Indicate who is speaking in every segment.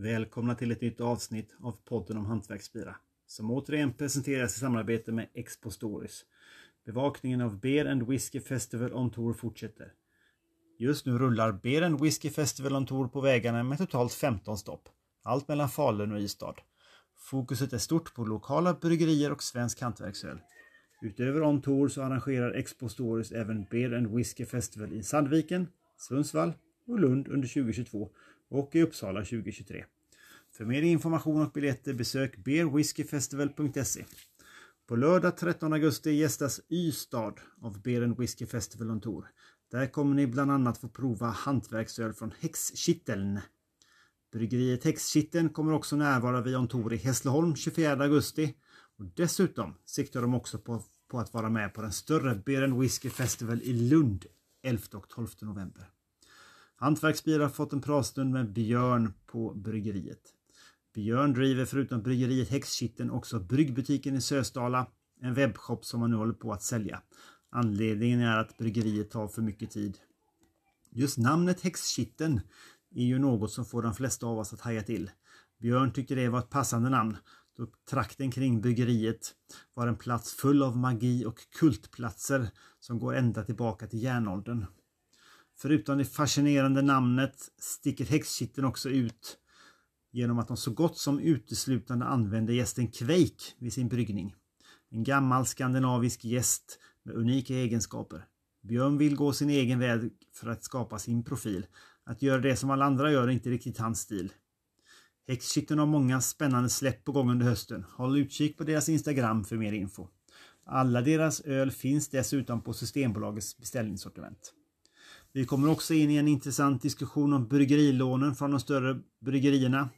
Speaker 1: Välkomna till ett nytt avsnitt av podden om hantverksbira, som återigen presenteras i samarbete med Expo Stories. Bevakningen av Beer and Whiskey Festival on Tour fortsätter. Just nu rullar Beer and Whiskey Festival on Tour på vägarna med totalt 15 stopp, allt mellan Falun och Ystad. Fokuset är stort på lokala bryggerier och svensk hantverksöl. Utöver on tour så arrangerar Expo Stories även Beer and Whiskey Festival i Sandviken, Sundsvall och Lund under 2022 och i Uppsala 2023. För mer information och biljetter besök beerwhiskeyfestival.se. På lördag 13 augusti gästas Ystad av Beer and Whiskey Festival on Tour. Där kommer ni bland annat få prova hantverksöl från Häxkitteln. Bryggeriet Häxkitteln kommer också närvara vid on tour i Hässleholm 24 augusti. Och dessutom siktar de också på att vara med på den större Beer and Whiskey Festival i Lund 11 och 12 november. Hantverksbira har fått en pratstund med Björn på bryggeriet. Björn driver förutom bryggeriet Häxkitteln också bryggbutiken i Sösdala, en webbshop som man nu håller på att sälja. Anledningen är att bryggeriet tar för mycket tid. Just namnet Häxkitteln är ju något som får de flesta av oss att haja till. Björn tyckte det var ett passande namn, då trakten kring bryggeriet var en plats full av magi och kultplatser som går ända tillbaka till järnåldern. Förutom det fascinerande namnet sticker Häxkitteln också ut genom att de så gott som uteslutande använder jästen kveik vid sin bryggning. En gammal skandinavisk jäst med unika egenskaper. Björn vill gå sin egen väg för att skapa sin profil. Att göra det som alla andra gör är inte riktigt hans stil. Häxkitteln har många spännande släpp på gång under hösten. Håll utkik på deras Instagram för mer info. Alla deras öl finns dessutom på Systembolagets beställningssortiment. Vi kommer också in i en intressant diskussion om bryggerilånen från de större bryggerierna.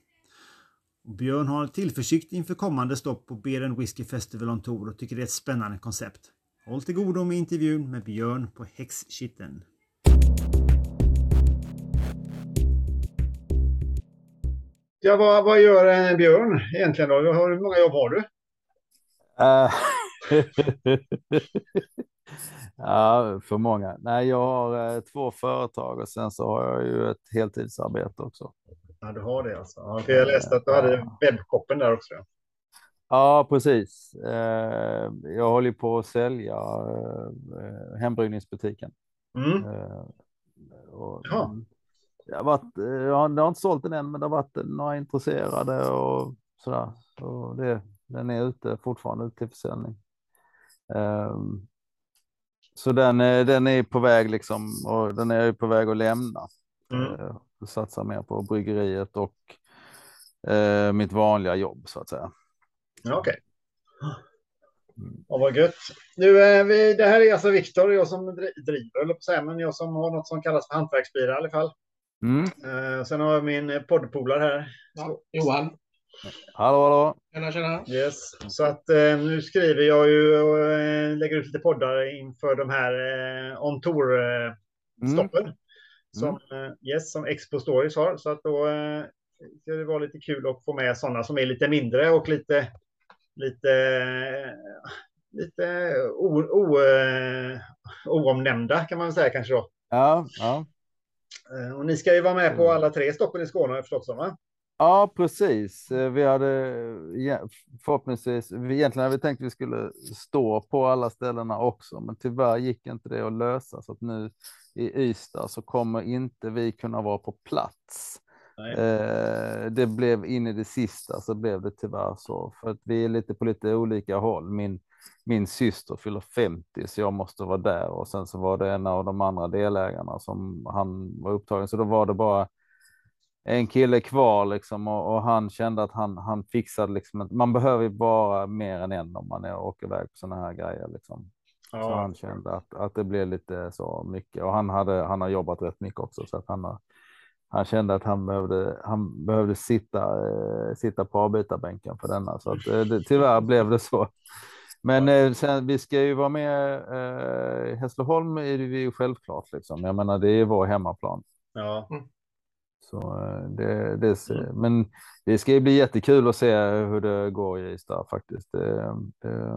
Speaker 1: Björn har tillförsikt inför kommande stopp på Beer and Whiskey Festival on Tour och tycker det är ett spännande koncept. Håll till godo med intervjun med Björn på Häxkitteln. Ja, vad gör Björn egentligen då? Hur många jobb har du?
Speaker 2: Ja, för många. Nej, jag har 2 företag och sen så har jag ju ett heltidsarbete också.
Speaker 1: Ja, du har det alltså. Ja, för jag läste att du hade webbshoppen där också.
Speaker 2: Ja, precis. Jag håller på att sälja hembryggningsbutiken.
Speaker 1: Ja.
Speaker 2: Jag har inte sålt den än, men det har varit några intresserade och sådär. Så den är fortfarande ute till försäljning. Så den är på väg liksom, och den är på väg att lämna. Satsa mer på bryggeriet och mitt vanliga jobb så att säga.
Speaker 1: Okej. Ja, vad gött. Nu, det här är alltså Viktor, jag som driver, eller på säga, men jag som har något som kallas för hantverksbira i alla fall. Sen har jag min poddpolare här.
Speaker 3: Ja, Johan.
Speaker 2: Hallå.
Speaker 3: Tjena.
Speaker 1: Yes. Så att nu skriver jag ju och lägger ut lite poddar inför de här on tour stoppen som Expo Stories har. Så att då ska det vara lite kul att få med sådana som är lite mindre och lite oomnämnda kan man säga kanske då.
Speaker 2: Ja.
Speaker 1: Och ni ska ju vara med på alla 3 stoppen i Skåne, har jag förstått, va?
Speaker 2: Ja, precis. Vi hade förhoppningsvis, egentligen hade vi tänkt att vi skulle stå på alla ställena också, men tyvärr gick inte det att lösa, så att nu i Ystad så kommer inte vi kunna vara på plats. Det blev in i det sista, så blev det tyvärr så, för att vi är lite på lite olika håll. Min syster fyller 50, så jag måste vara där, och sen så var det en av de andra delägarna som han var upptagen, så då var det bara en kille kvar liksom, och han kände att han fixade liksom, man behöver ju bara mer än en om man åker iväg på såna här grejer liksom. Ja. Så han kände att det blev lite så mycket, och han har jobbat rätt mycket också, så att han kände att han behövde sitta på avbytarbänken för denna, så att tyvärr blev det så. Men sen, vi ska ju vara med i Hässleholm, är det ju självklart liksom. Jag menar, det är vår hemmaplan.
Speaker 1: Ja.
Speaker 2: Så men det ska ju bli jättekul att se hur det går i Ystad faktiskt.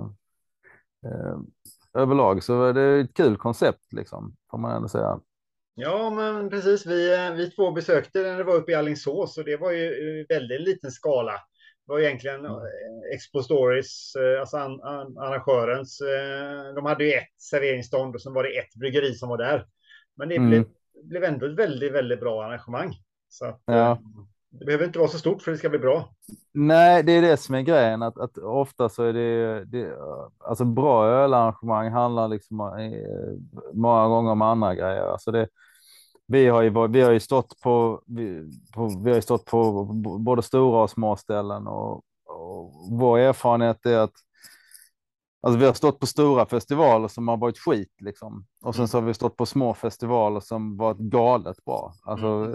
Speaker 2: Överlag så är det ett kul koncept liksom, får man ändå säga.
Speaker 1: Ja, men precis. Vi två besökte den, det var uppe i Alingsås och det var ju väldigt liten skala. Det var egentligen Expo Stories, alltså arrangörens, de hade ju ett serveringsstånd och sen var det ett bryggeri som var där. Men det blev,
Speaker 2: Mm.
Speaker 1: blev ändå ett väldigt, väldigt bra arrangemang. Så att
Speaker 2: Ja.
Speaker 1: det behöver inte vara så stort för att det ska bli bra.
Speaker 2: Nej, det är det som är grejen, att ofta så är det alltså bra ölarrangemang handlar liksom många gånger om andra grejer. Alltså vi har ju stått vi har ju stått på både stora och små ställen och vår erfarenhet är att alltså vi har stått på stora festivaler som har varit skit liksom. Och sen
Speaker 1: Mm.
Speaker 2: så har vi stått på små festivaler som varit galet bra. Alltså
Speaker 1: Mm.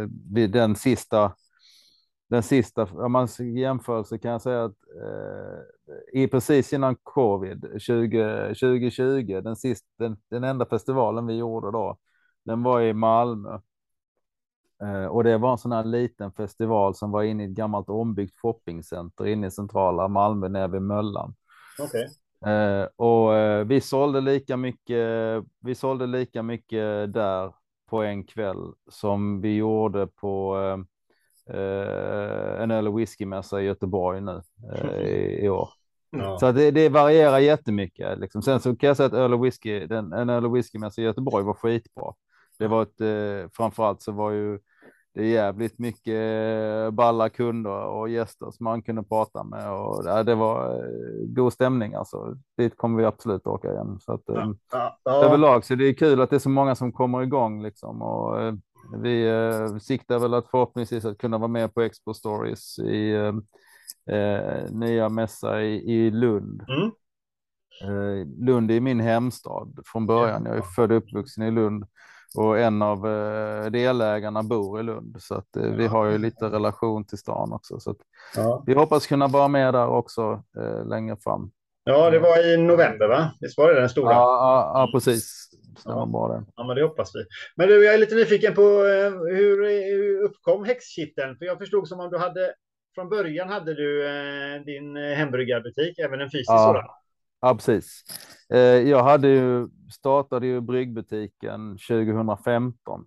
Speaker 2: den sista, om man jämför kan jag säga att precis innan covid 2020, den enda festivalen vi gjorde då, den var i Malmö. Och det var en sån här liten festival som var inne i ett gammalt ombyggt shoppingcenter inne i centrala Malmö nere vid Möllan.
Speaker 1: Okej.
Speaker 2: Vi sålde lika mycket där på en kväll som vi gjorde på en öl- och whiskymässa i Göteborg nu i år.
Speaker 1: Ja.
Speaker 2: Så det varierar jättemycket. Liksom. Sen så kan jag säga att en öl- och whiskymässa i Göteborg var skitbra. Det var framförallt så var ju det är jävligt mycket balla kunder och gäster som man kunde prata med och det var god stämning alltså. Dit kommer vi absolut åka igen. Så att,
Speaker 1: Ja. Ja. Ja.
Speaker 2: överlag så det är kul att det är så många som kommer igång liksom och vi siktar väl att förhoppningsvis att kunna vara med på Expo Stories i nya mässa i Lund.
Speaker 1: Mm.
Speaker 2: Lund är min hemstad från början. Jag är född och uppvuxen i Lund och en av delägarna bor i Lund. Så att vi har ju lite relation till stan också. Så att
Speaker 1: Ja.
Speaker 2: vi hoppas kunna vara med där också längre fram.
Speaker 1: Ja, det var i november, va? Visst var det den stora?
Speaker 2: Ja, precis. Stämmer
Speaker 1: Ja.
Speaker 2: bra det.
Speaker 1: Ja, men det hoppas vi. Men du, jag är lite nyfiken på hur uppkom häxkitteln? För jag förstod som om du hade, från början hade du din hembryggarbutik, även en fysisk sådan.
Speaker 2: Ja, precis. Startade ju bryggbutiken 2015.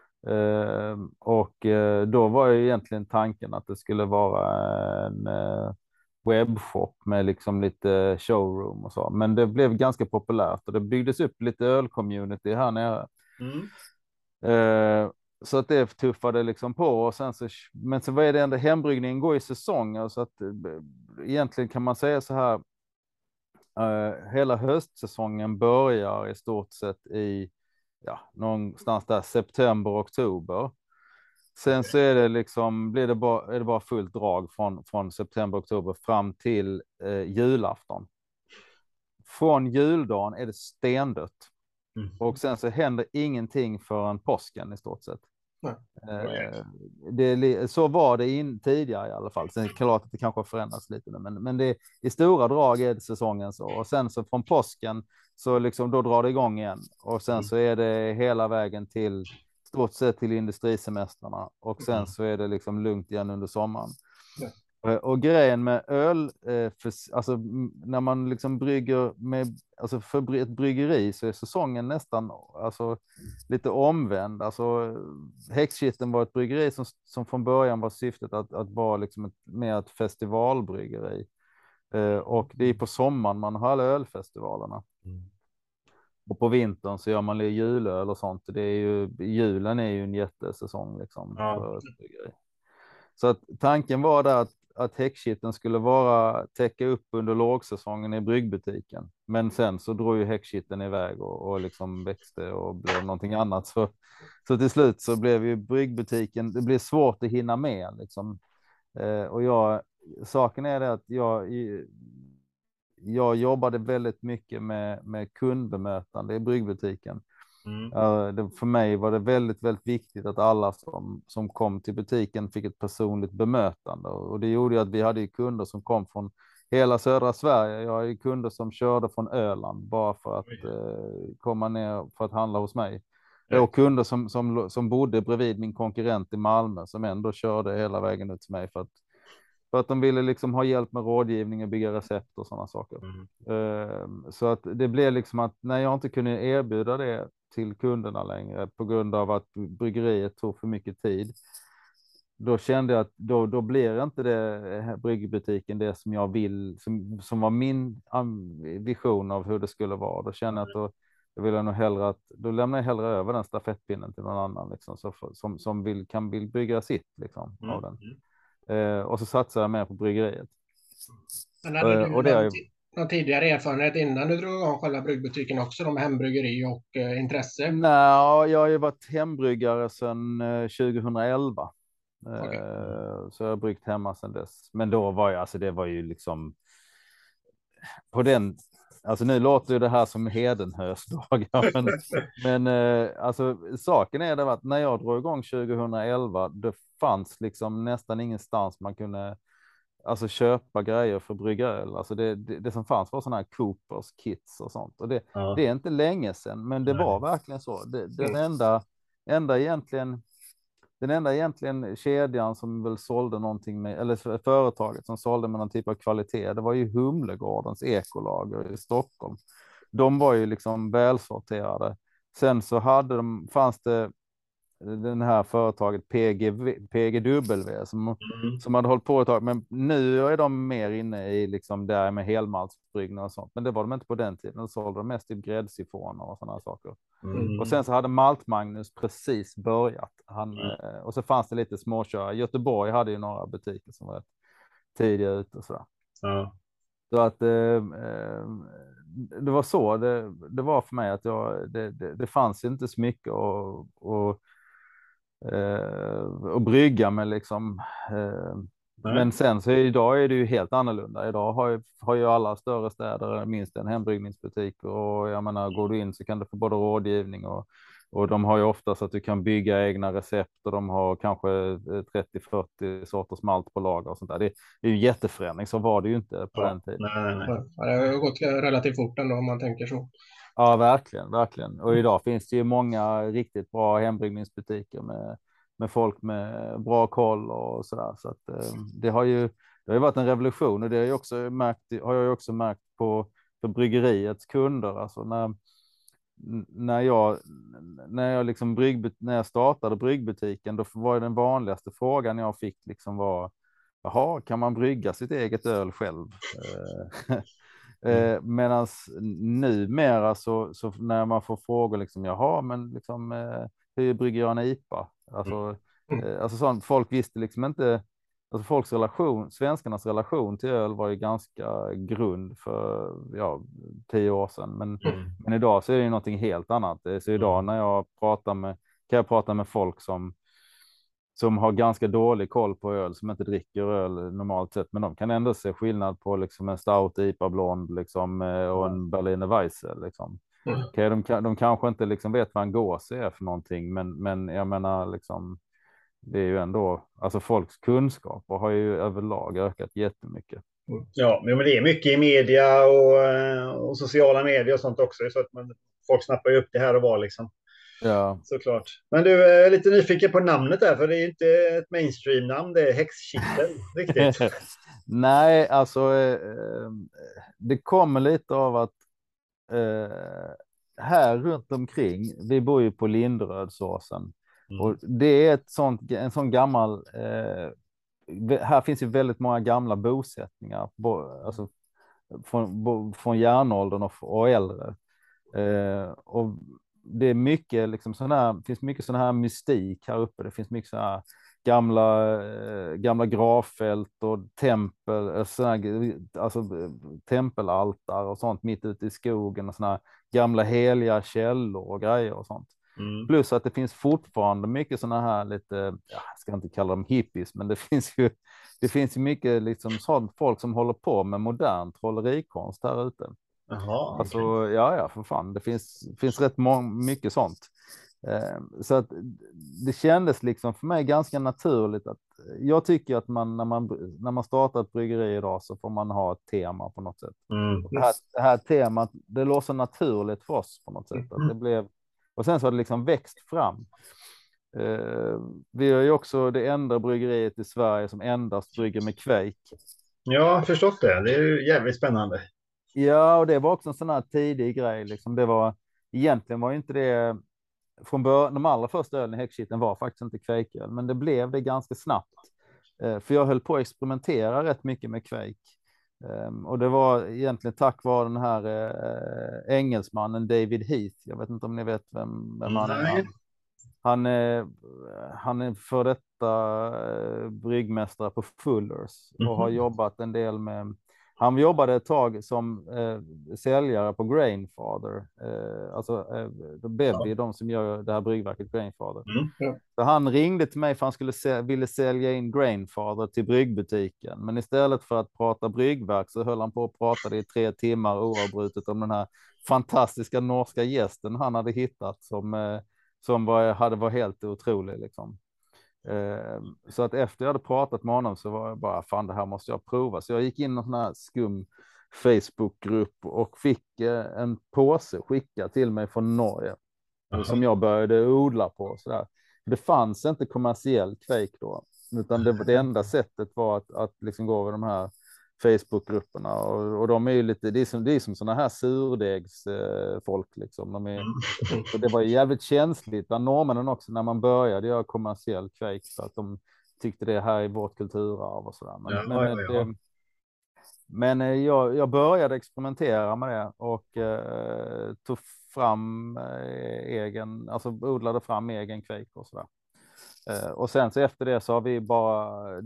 Speaker 2: Och då var ju egentligen tanken att det skulle vara en webbshop med liksom lite showroom och så. Men det blev ganska populärt och det byggdes upp lite ölcommunity här nere.
Speaker 1: Mm.
Speaker 2: Så att det tuffade liksom på och men så vad är det ändå, hembryggningen går i säsonger så att egentligen kan man säga så här, hela höstsäsongen börjar i stort sett i någonstans där september, oktober. Sen så är det liksom, är det bara fullt drag från september, oktober fram till julafton. Från juldagen är det stendött.
Speaker 1: Mm.
Speaker 2: Och sen så händer ingenting förrän påsken i stort sett.
Speaker 1: Nej.
Speaker 2: Så var det tidigare i alla fall. Sen är det klart att det kanske har förändrats lite nu, men det, i stora drag är det säsongen så. Och sen så från påsken så liksom då drar det igång igen. Och sen så är det hela vägen till stort sett till industrisemestrarna. Och sen så är det liksom lugnt igen under sommaren.
Speaker 1: Ja.
Speaker 2: Och grejen med öl, alltså när man liksom brygger alltså för ett bryggeri så är säsongen nästan alltså lite omvänd. Alltså Häxkitteln var ett bryggeri som från början var syftet att vara liksom mer ett festivalbryggeri. Och det är på sommaren man har alla ölfestivalerna. Och på vintern så gör man julöl och sånt. Julen är ju en jättesäsong liksom för ett bryggeri. Så att tanken var där att häxkitteln skulle täcka upp under lågsäsongen i bryggbutiken. Men sen så drog ju häxkitteln iväg och liksom växte och blev någonting annat. Så till slut så blev ju bryggbutiken, det blev svårt att hinna med liksom. Och saken är det att jag jobbade väldigt mycket med kundbemötande i bryggbutiken. För mig var det väldigt, väldigt viktigt att alla som kom till butiken fick ett personligt bemötande. Och det gjorde ju att vi hade kunder som kom från hela södra Sverige. Jag har ju kunder som körde från Öland bara för att komma ner för att handla hos mig. Och kunder som bodde bredvid min konkurrent i Malmö som ändå körde hela vägen ut till mig för att de ville liksom ha hjälp med rådgivning och bygga recept och sådana saker. Så att det blev liksom att när jag inte kunde erbjuda det till kunderna längre på grund av att bryggeriet tog för mycket tid. Då kände jag att då blir inte det bryggbutiken det som jag vill, som var min vision av hur det skulle vara. Då känner jag att då vill jag nog hellre då lämnar jag hellre över den stafettpinnen till någon annan liksom, som vill brygga sitt liksom, av den. Och så satsar jag mer på bryggeriet.
Speaker 3: Men hade du
Speaker 2: och det är
Speaker 3: någon tidigare erfarenhet innan du drog igång själva bryggbutiken också, med hembryggeri och intresse?
Speaker 2: Nej, jag har ju varit hembryggare sedan 2011.
Speaker 3: Okay.
Speaker 2: Så jag har bryggt hemma sedan dess. Men då var jag, alltså det var ju liksom på den, alltså nu låter ju det här som hedenhös dagar, men alltså saken är det att när jag drog igång 2011, det fanns liksom nästan ingenstans man kunde alltså köpa grejer för brygga öl. Alltså det som fanns var sådana här Coopers kits och sånt. Och det är inte länge sedan, men det var verkligen så. Den enda egentligen kedjan som väl sålde någonting med, eller företaget som sålde med någon typ av kvalitet, det var ju Humlegårdens ekolager i Stockholm. De var ju liksom välsorterade. Sen så fanns det den här företaget PGW som hade hållit på ett tag, men nu är de mer inne i liksom där med helmaltsbryggning och sånt, men det var de inte på den tiden. De sålde de mest i gräddsifoner och sådana saker. Och sen så hade Malt Magnus precis börjat. Och så fanns det lite småkörare. Göteborg hade ju några butiker som var tidiga ute och sådär. Så att det var så det var för mig, att det fanns inte så mycket och brygga med liksom. Men sen så idag är det ju helt annorlunda. Idag har ju alla större städer minst en hembryggningsbutik, och jag menar, går du in så kan du få både rådgivning och de har ju ofta så att du kan bygga egna recept, och de har kanske 30-40 sorters malt på lager och sånt där. Det är ju jätteförändring, så var det ju inte på den tiden.
Speaker 3: Nej. Det har gått relativt fort ändå om man tänker så.
Speaker 2: Ja, verkligen. Och idag finns det ju många riktigt bra hembryggningsbutiker med folk med bra koll och sådär. Så att det har ju varit en revolution, och det har jag också märkt på för bryggeriets kunder. Alltså när jag startade bryggbutiken, då var den vanligaste frågan jag fick liksom var: jaha, kan man brygga sitt eget öl själv? Medan numera så när man får frågor liksom, jaha, men liksom hur brygger jag en IPA? Alltså sånt, folk visste liksom inte, alltså svenskarnas relation till öl var ju ganska grund för 10 år sedan, men idag så är det ju någonting helt annat. Så idag när jag kan jag prata med folk som har ganska dålig koll på öl, som inte dricker öl normalt sett, men de kan ändå se skillnad på liksom en stout IPA blond liksom, och en Berliner Weisse liksom. Okay, de kanske inte liksom vet vad en gåse är för någonting, men jag menar liksom, det är ju ändå, alltså folks kunskaper har ju överlag ökat jättemycket.
Speaker 1: Ja, men det är mycket i media och sociala medier och sånt också, så att folk snappar ju upp det här och var liksom.
Speaker 2: Ja.
Speaker 1: Såklart. Men du är lite nyfiken på namnet där, för det är inte ett mainstream-namn, det är Häxkitteln, riktigt.
Speaker 2: Nej, alltså det kommer lite av att här runt omkring, vi bor ju på Linderödsåsen, och det är en sån gammal, här finns ju väldigt många gamla bosättningar, alltså från järnåldern och äldre. Och det är mycket liksom finns mycket sån här mystik här uppe. Det finns mycket så här gamla gravfält och tempel, alltså tempelaltar och sånt mitt ute i skogen, och såna här gamla heliga källor och grejer och sånt. Plus att det finns fortfarande mycket såna här lite, jag ska inte kalla dem hippies, men det finns ju mycket liksom sånt folk som håller på med modern trollerikonst här ute.
Speaker 1: Jaha,
Speaker 2: alltså, ja, för fan. Det finns rätt mycket sånt. Så att det kändes liksom för mig ganska naturligt att jag tycker att när man startar ett bryggeri idag, så får man ha ett tema på något sätt. Det här temat, det låter så naturligt för oss på något sätt. Att det blev, och sen så har det liksom växt fram. Vi har ju också det enda bryggeriet i Sverige som endast brygger med kveik.
Speaker 1: Ja, jag har förstått det. Det är ju jävligt spännande.
Speaker 2: Ja, och det var också en sån här tidig grej. Liksom. Det var egentligen var ju inte det från början, de allra första ölen i Häxkitteln var faktiskt inte kvejköl, men det blev det ganska snabbt. För jag höll på att experimentera rätt mycket med kvejk. Och det var egentligen tack vare den här engelsmannen David Heath. Jag vet inte om ni vet vem han är. Han är för detta bryggmästare på Fullers och har jobbat en del med. Han jobbade ett tag som säljare på Grainfather. Bevy, de som gör det här bryggverket Grainfather. Så han ringde till mig för han ville sälja in Grainfather till bryggbutiken. Men istället för att prata bryggverk så höll han på och pratade i 3 timmar oavbrutet om den här fantastiska norska gästen han hade hittat som var helt otrolig liksom. Så att efter jag hade pratat med honom så var jag bara, fan det här måste jag prova. Så jag gick in i en sån här skum Facebookgrupp och fick en påse skickad till mig från Norge. Som jag började odla på. Sådär. Det fanns inte kommersiell kvejk då. Utan det enda sättet var att liksom gå över de här Facebookgrupperna. Och de är ju lite, det är som sådana här surdegsfolk liksom. Och det var ju jävligt känsligt bland norrmännen också när man började göra kommersiell kvejk. För att de tyckte det här i vårt kulturarv och sådär. Men jag började experimentera med det och tog fram odlade fram egen kvejk och sådär. Och sen så efter det så har vi bara,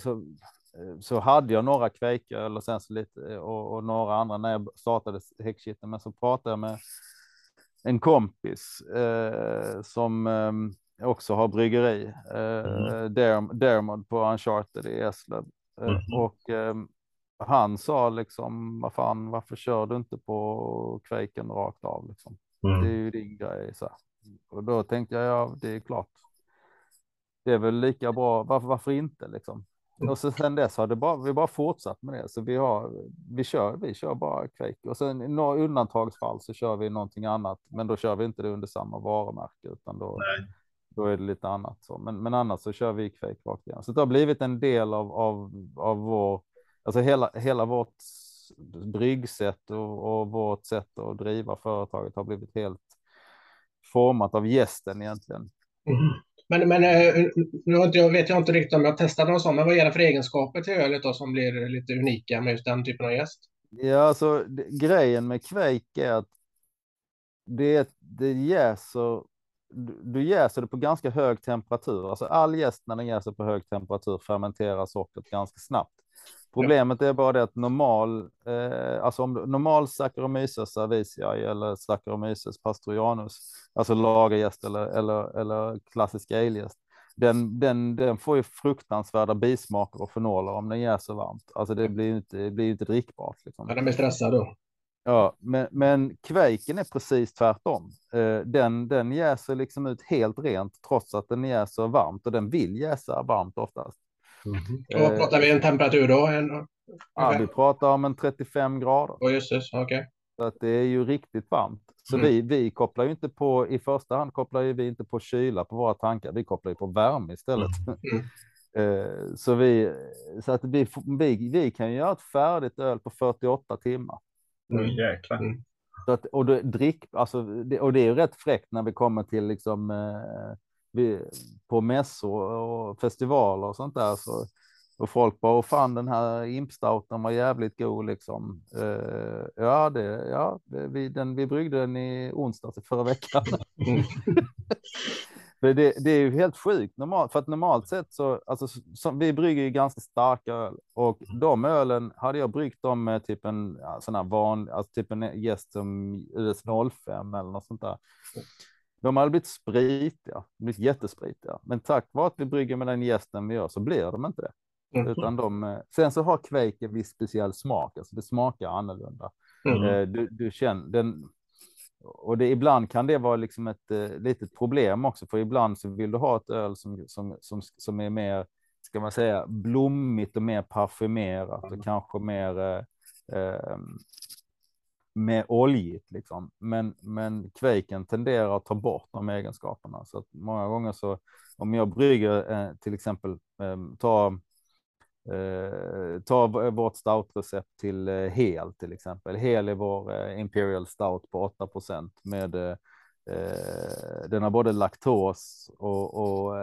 Speaker 2: så hade jag några kvejköl och sen så lite och några andra när jag startade Häxkitteln. Men så pratade jag med en kompis som också har bryggeri, Dermod på Uncharted i Eslöv. Och han sa liksom, vad fan, varför kör du inte på kvejken rakt av liksom? Det är ju din grej så här. Och då tänkte jag, ja det är klart. Det är väl lika bra, varför inte liksom? Och så sen dess har vi bara fortsatt med det. Så vi kör bara kvejk. Och sen i några undantagsfall så kör vi någonting annat. Men då kör vi inte det under samma varumärke utan då är det lite annat så. Men annars så kör vi kvejk rakt igen. Så det har blivit en del av vår, alltså hela vårt bryggsätt och vårt sätt att driva företaget har blivit helt format av gästen egentligen.
Speaker 3: Men vet jag inte riktigt om jag testade någon sån, men vad är det för egenskaper till ölet då som blir lite unika med just den typen av jäst?
Speaker 2: Ja, alltså grejen med kvejk är att det jäser, du jäser det på ganska hög temperatur. Alltså all jäst när den jäser på hög temperatur fermenterar sockret ganska snabbt. Problemet är bara det att normal Saccharomyces cerevisiae eller Saccharomyces pastorianus, alltså lagerjäst eller klassisk alejäst, den får ju fruktansvärda bismaker och fenoler om den jäser varmt. Alltså det blir inte drickbart. Liksom.
Speaker 3: Ja, den blir stressad då.
Speaker 2: Ja, men kvejken är precis tvärtom. Den jäser liksom ut helt rent trots att den jäser varmt och den vill jäsa varmt oftast.
Speaker 3: Och vad pratar vi en temperatur då?
Speaker 2: Ja, vi pratar om en 35 grader.
Speaker 3: Just okej.
Speaker 2: Så att det är ju riktigt varmt. Så vi kopplar ju inte på, i första hand kopplar ju vi inte på kyla på våra tankar. Vi kopplar ju på värme istället. Så att vi kan ju göra ett färdigt öl på 48 timmar.
Speaker 1: Jäklar.
Speaker 2: Så att, och det är ju rätt fräckt när vi kommer till liksom på mässor och festivaler och sånt där och folk bara, fan den här impstouten var jävligt god liksom. Vi bryggde den i onsdags i förra veckan. Det är ju helt sjukt normalt, för att normalt sett så, alltså, vi brygger ju ganska starka öl och de ölen hade jag bryggt dem med typ en sån här typ en jäst som US 05 eller något sånt där. De hade blivit jättespritiga, men tack vare att vi brygger med den jästen vi gör så blir de inte det. Utan sen så har kvejk en viss speciell smak, alltså det smakar annorlunda. Du känner den. Och ibland kan det vara liksom ett litet problem också, för ibland så vill du ha ett öl som är mer, ska man säga, blommigt och mer parfymerat och kanske mer oljigt liksom. Men kvejken tenderar att ta bort de egenskaperna, så att många gånger så om jag brygger till exempel Ta vårt stoutrecept till Hel till exempel. Hel är vår Imperial Stout på 8% med den har både laktos och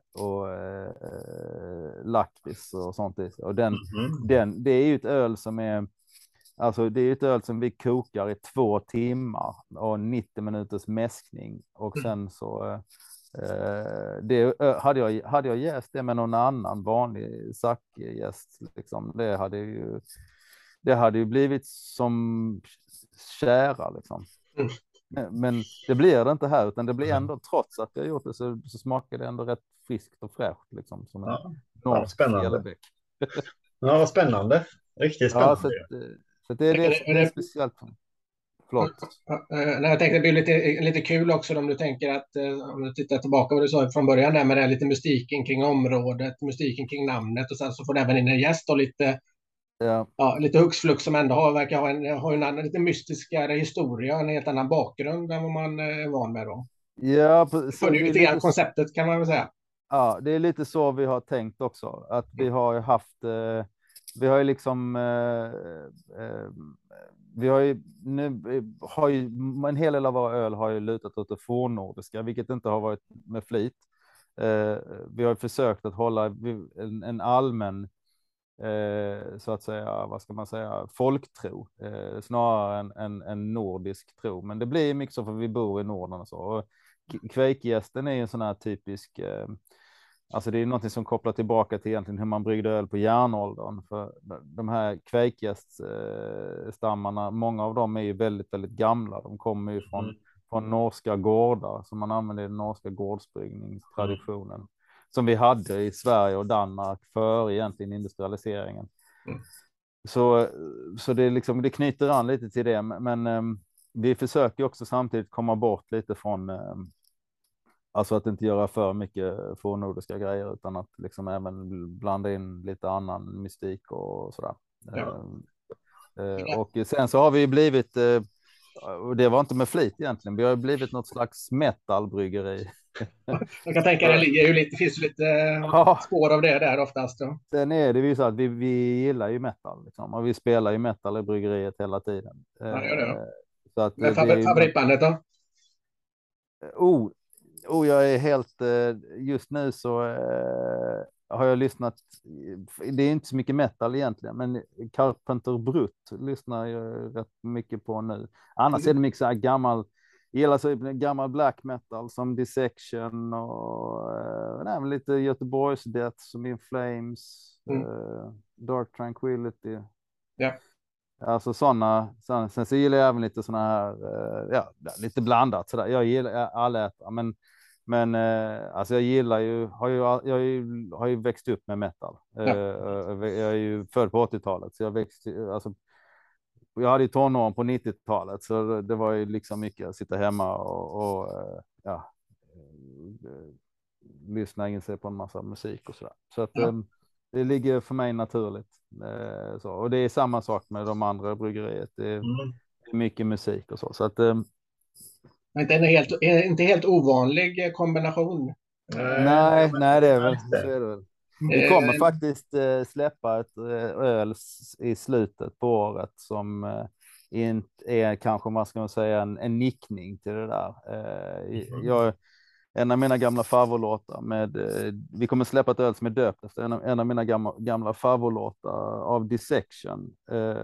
Speaker 2: lakrits och sånt. Och det är ju ett öl som är, alltså det är ett öl som vi kokar i 2 timmar och 90 minuters mäskning. Och sen så det hade jag jäst det med någon annan vanlig sackjäst liksom, det hade ju blivit som kära liksom. Men det blir det inte här, utan det blir ändå, trots att jag gjort det, så smakar det ändå rätt friskt och fräscht liksom, som en norsk Hellebäck.
Speaker 4: Ja, vad spännande. Riktigt spännande.
Speaker 2: Ja, så det är speciellt. Förlåt.
Speaker 3: Jag tänkte det blir lite kul också om du tänker att om du tittar tillbaka vad du sa från början där med det, lite mystiken kring området, mystiken kring namnet, och sen så får du även in en gäst och lite hux flux som ändå verkar ha en lite mystiskare historia, en helt annan bakgrund än vad man är van med då.
Speaker 2: Ja,
Speaker 3: så det är lite grann konceptet, kan man väl säga.
Speaker 2: Ja, det är lite så vi har tänkt också, att vi har ju haft vi har ju liksom vi har ju nu en hel del av våra öl har ju lutat åt det fornnordiska, vilket inte har varit med flit. Vi har försökt att hålla en allmän så att säga, vad ska man säga, folktro snarare än en nordisk tro, men det blir mycket så för vi bor i Norden och så. Och kveikgästen är ju en sån här typisk alltså det är något som kopplar tillbaka till egentligen hur man bryggde öl på järnåldern, för de här kveikgäststammarna, många av dem är ju väldigt, väldigt gamla. De kommer ju från norska gårdar som man använder i den norska gårdsbryggningstraditionen som vi hade i Sverige och Danmark före egentligen industrialiseringen. Så det liksom, det knyter an lite till det, men vi försöker också samtidigt komma bort lite från alltså att inte göra för mycket fornnordiska grejer, utan att liksom även blanda in lite annan mystik och sådär. Ja. Och sen så har vi blivit, och det var inte med flit egentligen, vi har blivit något slags metalbryggeri.
Speaker 3: Jag kan tänka det finns lite spår av det där oftast. Då.
Speaker 2: Sen är det ju så att vi gillar ju metal liksom, och vi spelar ju metal i bryggeriet hela tiden.
Speaker 3: Ja, det gör det.
Speaker 2: Så att
Speaker 3: men favoritbandet då?
Speaker 2: Jag är helt, just nu så har jag lyssnat, det är inte så mycket metal egentligen, men Carpenter Brut lyssnar jag rätt mycket på nu. Annars är det mycket så här gillar så gammal black metal som Dissection och lite Göteborgs Death som In Flames, Dark Tranquility.
Speaker 3: Ja.
Speaker 2: Alltså sådana. Sen så gillar jag även lite sådana här, lite blandat sådär. Jag gillar allätare, men alltså jag gillar ju, har ju växt upp med metal. Jag är ju född på 80-talet, så jag hade ju tonåren på 90-talet, så det var ju liksom mycket att sitta hemma och lyssna in sig på en massa musik och sådär. Så att det ligger för mig naturligt. Så. Och det är samma sak med de andra bryggeriet. Det är mycket musik och så. Så att
Speaker 3: inte helt ovanlig kombination.
Speaker 2: Nej, det är väl. Så är det väl. Vi kommer faktiskt släppa ett öl i slutet på året som inte är kanske, man ska säga, en nickning till det där. En av mina gamla favoritlåtar vi kommer släppa ett öl som är döpt efter en av mina gamla favoritlåtar av Dissection.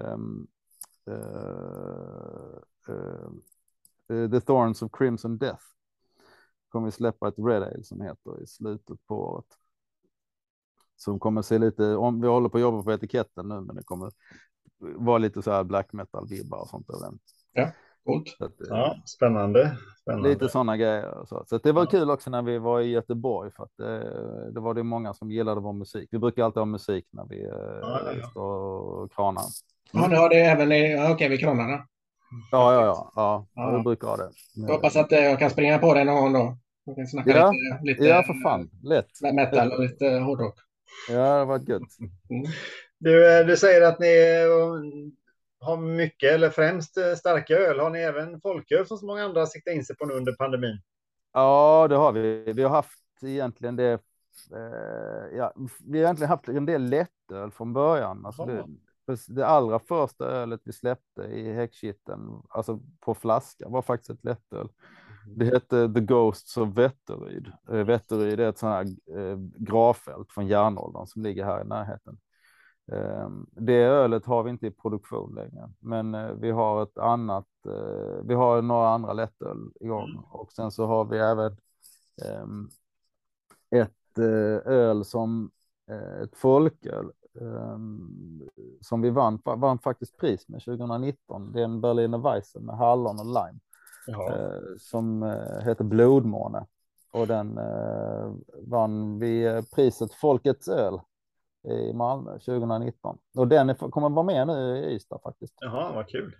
Speaker 2: The Thorns of Crimson Death. Kommer vi släppa ett Red Ale som heter i slutet på året. Som kommer se lite, om vi håller på att jobba på etiketten nu, men det kommer vara lite så här black metal vibbar och sånt där.
Speaker 3: Ja, coolt.
Speaker 4: Ja, spännande.
Speaker 2: Lite sådana grejer. Så det var kul också när vi var i Göteborg, för att det var det många som gillade vår musik. Vi brukar alltid ha musik när vi står och kranar.
Speaker 3: Ja, ni har det även vid kranarna?
Speaker 2: Ja. Vi brukar ha det.
Speaker 3: Jag hoppas att jag kan springa på det någon gång då. Vi kan snacka lite
Speaker 2: för fan. Lätt.
Speaker 3: Metal och lite hårdrock.
Speaker 2: Ja, det var gött.
Speaker 4: Du säger att ni har mycket, eller främst starka öl. Har ni även folköl som så många andra siktar in sig på nu under pandemin?
Speaker 2: Ja, det har vi. Vi har haft egentligen det ja, vi har egentligen haft en del lättöl från början. Alltså det allra första ölet vi släppte i häckkitteln, alltså på flaska, var faktiskt ett lättöl. Det hette The Ghosts of Vätteryd. Vätteryd är ett sånt här gravfält från järnåldern som ligger här i närheten. Det ölet har vi inte i produktion längre, men vi har ett annat, vi har några andra lättöl igång, och sen så har vi även ett öl som ett folköl som vi vann faktiskt pris med 2019. Det är en Berliner Weisse med hallon och lime som heter Blodmåne, och den vann vi priset Folkets öl i Malmö 2019, och den kommer vara med nu i Ystad faktiskt.
Speaker 4: Jaha, vad kul.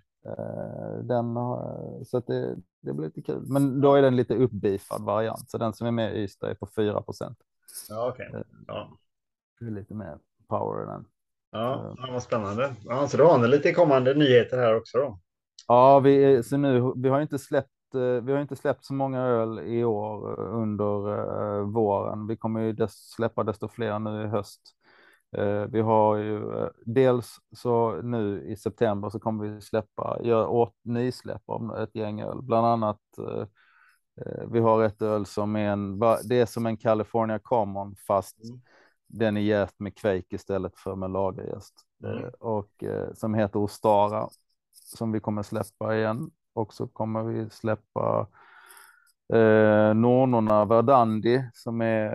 Speaker 2: Så att det blir lite kul, men då är den lite uppbifad variant, så den som är med i Ystad är på 4%.
Speaker 4: Ja, okej. Ja.
Speaker 2: Det är lite mer power i den.
Speaker 4: Ja, vad spännande. Ja, så då har ni lite kommande nyheter här också då.
Speaker 2: Ja, vi har inte släppt så många öl i år under våren. Vi kommer ju släppa desto fler nu i höst. Vi har ju dels så nu i september så kommer vi göra nysläpp av ett gäng öl. Bland annat vi har ett öl som det är som en California Common, fast den är jäst med Quake istället för med lagerjäst. Och som heter Ostara, som vi kommer släppa igen. Och så kommer vi släppa Nornorna Verdandi, som är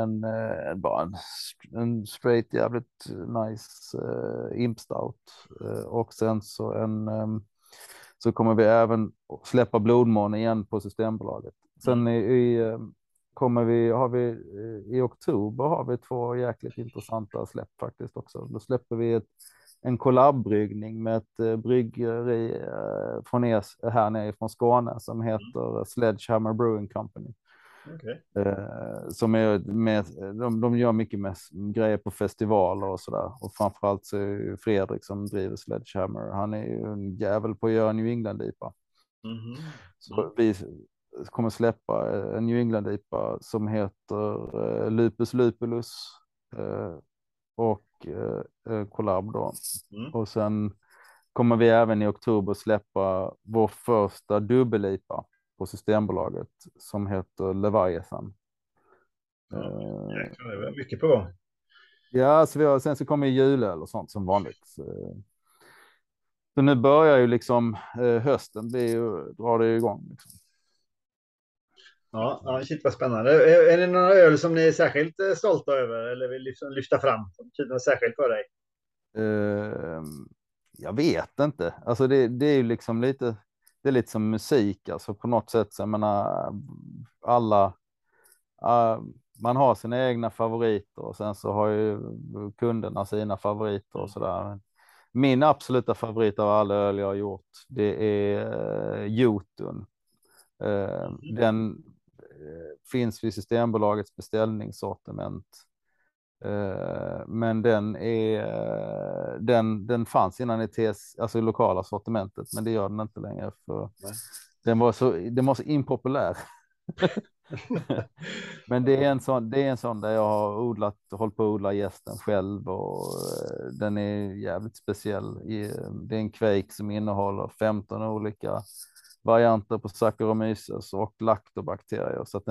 Speaker 2: en straight jävligt nice imp stout. Och sen så kommer vi även släppa Blodmåne igen på Systembolaget. Sen i oktober har vi 2 jäkligt intressanta släpp faktiskt också. Då släpper vi en kollabbryggning med ett bryggeri från här nere från Skåne som heter Sledgehammer Brewing Company.
Speaker 4: Okay.
Speaker 2: Som är de gör mycket med grejer på festivaler och sådär. Och framförallt så är Fredrik som driver Sledgehammer. Han är ju en jävel på att göra New England-IPA. Så vi kommer släppa en New England-IPA som heter Lupus Lupulus och kollab då. Och sen kommer vi även i oktober släppa vår första dubbel-IPA på Systembolaget som heter Leviathan.
Speaker 4: Det är mycket på gång.
Speaker 2: Ja, så sen så kommer julöl och sånt som vanligt. Så nu börjar ju liksom hösten drar det igång. Liksom.
Speaker 4: Ja, shit vad spännande. Är det några öl som ni är särskilt stolta över eller vill liksom lyfta fram? Som betyder något särskilt för dig?
Speaker 2: Jag vet inte. Alltså det är ju liksom lite som musik. Alltså på något sätt, så jag menar, man har sina egna favoriter och sen så har ju kunderna sina favoriter och sådär. Min absoluta favorit av alla öl jag har gjort, det är Jotun. Den finns vid Systembolagets beställningssortiment. Men den fanns innan alltså i lokala sortimentet, men det gör den inte längre för den var så impopulär. Men det är en sån där jag har hållit på att odla gästen själv, och den är jävligt speciell. Det är en Quake som innehåller 15 olika varianter på Saccharomyces och laktobakterier, så att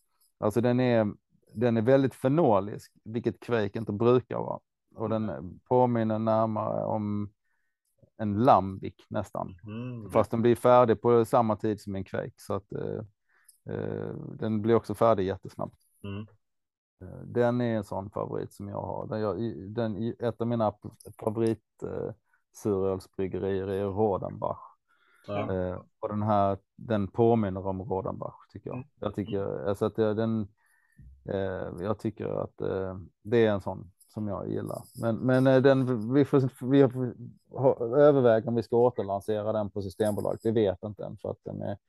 Speaker 2: den är väldigt fenolisk, vilket Quake inte brukar vara. Och den påminner närmare om en lambic nästan. Fast den blir färdig på samma tid som en Quake, så att den blir också färdig jättesnabbt. Den är en sån favorit som jag har. Ett av mina favorit surölsbryggerier är Rodenbach. Och den påminner om Rodenbach, tycker jag. Jag tycker att det är en sån som jag gillar. Men vi överväger om vi ska återlansera den på Systembolaget. Vi vet inte än, för att den är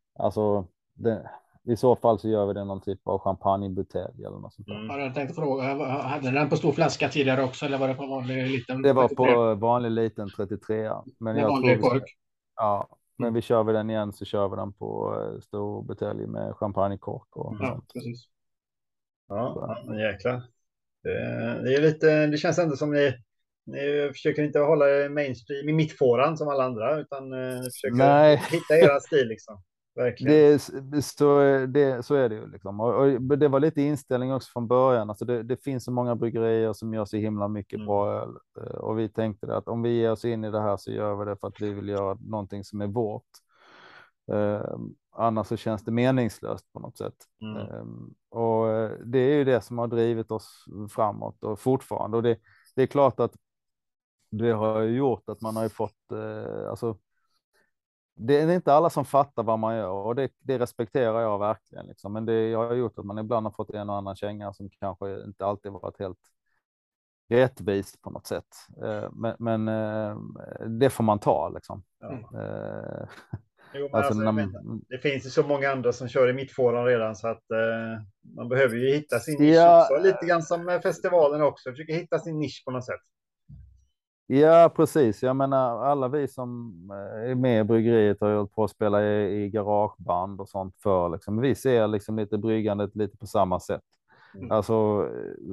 Speaker 2: i så fall så gör vi det någon typ av champagnebutelj eller något sånt där.
Speaker 3: Ja, jag tänkte fråga, hade den på stor flaska tidigare också, eller var det på vanlig liten?
Speaker 2: Det var på vanlig liten 33. Men jag tror
Speaker 3: kork.
Speaker 2: Ja, men vi kör vi den igen så kör vi den på stor butelj med champagnekork och sånt.
Speaker 3: Precis.
Speaker 4: Ja, jäklar. Det är lite, det känns ändå som ni försöker inte hålla er mainstream i mittfåran som alla andra, utan ni försöker
Speaker 2: Nej,
Speaker 4: hitta era stil liksom. Verkligen.
Speaker 2: så är det ju liksom. Och det var lite inställning också från början. Alltså det finns så många bryggerier som gör så himla mycket bra öl. Och vi tänkte att om vi ger oss in i det här så gör vi det för att vi vill göra någonting som är vårt. Annars så känns det meningslöst på något sätt. Och det är ju det som har drivit oss framåt och fortfarande. Och det är klart att det har gjort att man har ju fått, alltså det är inte alla som fattar vad man gör och det respekterar jag verkligen. Liksom. Men det har gjort att man ibland har fått en och annan känga som kanske inte alltid varit helt rättvist på något sätt. Men det får man ta liksom.
Speaker 4: Jo, men alltså, det finns ju så många andra som kör i mittfåran redan så att man behöver ju hitta sin nisch också. Lite grann som med festivalen också. Försöka hitta sin nisch på något sätt.
Speaker 2: Ja, precis. Jag menar, alla vi som är med i bryggeriet har hållit på att spela i garageband och sånt för. Liksom. Vi ser liksom lite bryggandet lite på samma sätt. Alltså,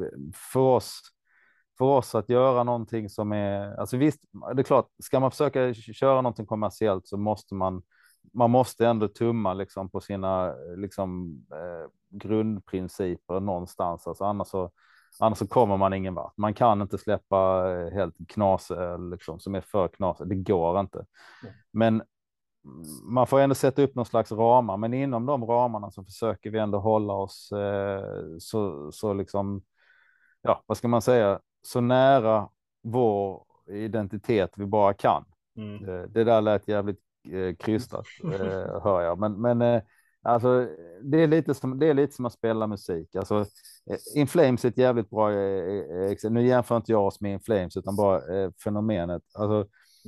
Speaker 2: för oss att göra någonting som är... Alltså visst, det är klart, ska man försöka köra någonting kommersiellt så måste man måste ändå tumma liksom, på sina liksom, grundprinciper någonstans. Alltså, annars så kommer man ingen vart. Man kan inte släppa helt knasöl liksom, som är för knasöl. Det går inte. Men man får ändå sätta upp någon slags ramar. Men inom de ramarna så försöker vi ändå hålla oss så liksom, ja, vad ska man säga, så nära vår identitet vi bara kan. Det där lät jävligt krystat, hör jag. Men alltså, det är lite som att spela musik. Alltså, In Flames är ett jävligt bra nu jämför inte jag oss med In Flames utan bara fenomenet. Alltså,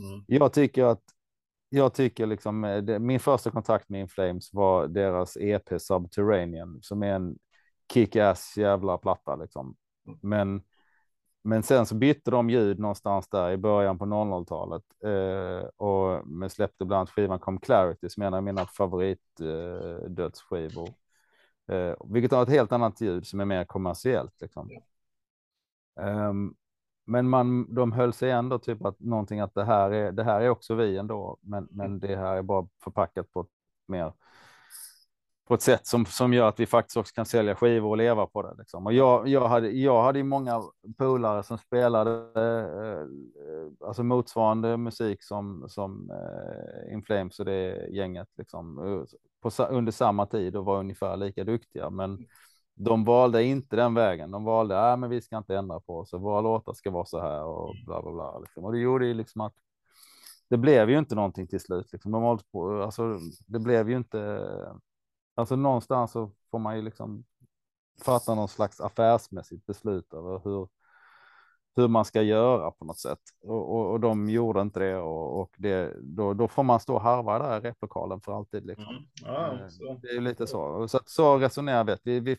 Speaker 2: jag tycker liksom min första kontakt med In Flames var deras EP Subterranean som är en kick-ass jävla platta liksom. Men sen så bytte de ljud någonstans där i början på 00-talet och men släppte bland annat skivan Come Clarity som är en av mina favoritdödsskivor. Vilket har ett helt annat ljud som är mer kommersiellt liksom. Men de höll sig ändå typ att någonting att det här är också vi ändå, men det här är bara förpackat på ett sätt som gör att vi faktiskt också kan sälja skivor och leva på det liksom. Och jag hade ju många polare som spelade alltså motsvarande musik som In Flames och det gänget liksom under samma tid och var ungefär lika duktiga, men de valde inte den vägen. De valde, men vi ska inte ändra på oss. Våra låtar ska vara så här och bla bla bla. Liksom. Och det gjorde ju liksom att det blev ju inte någonting till slut. Liksom. Alltså, det blev ju inte... Alltså någonstans så får man ju liksom fatta någon slags affärsmässigt beslut över hur man ska göra på något sätt. Och de gjorde inte det. Och då får man stå och harva där i replokalen för alltid. Liksom. Det är ju lite så. Så resonerar vi. Vi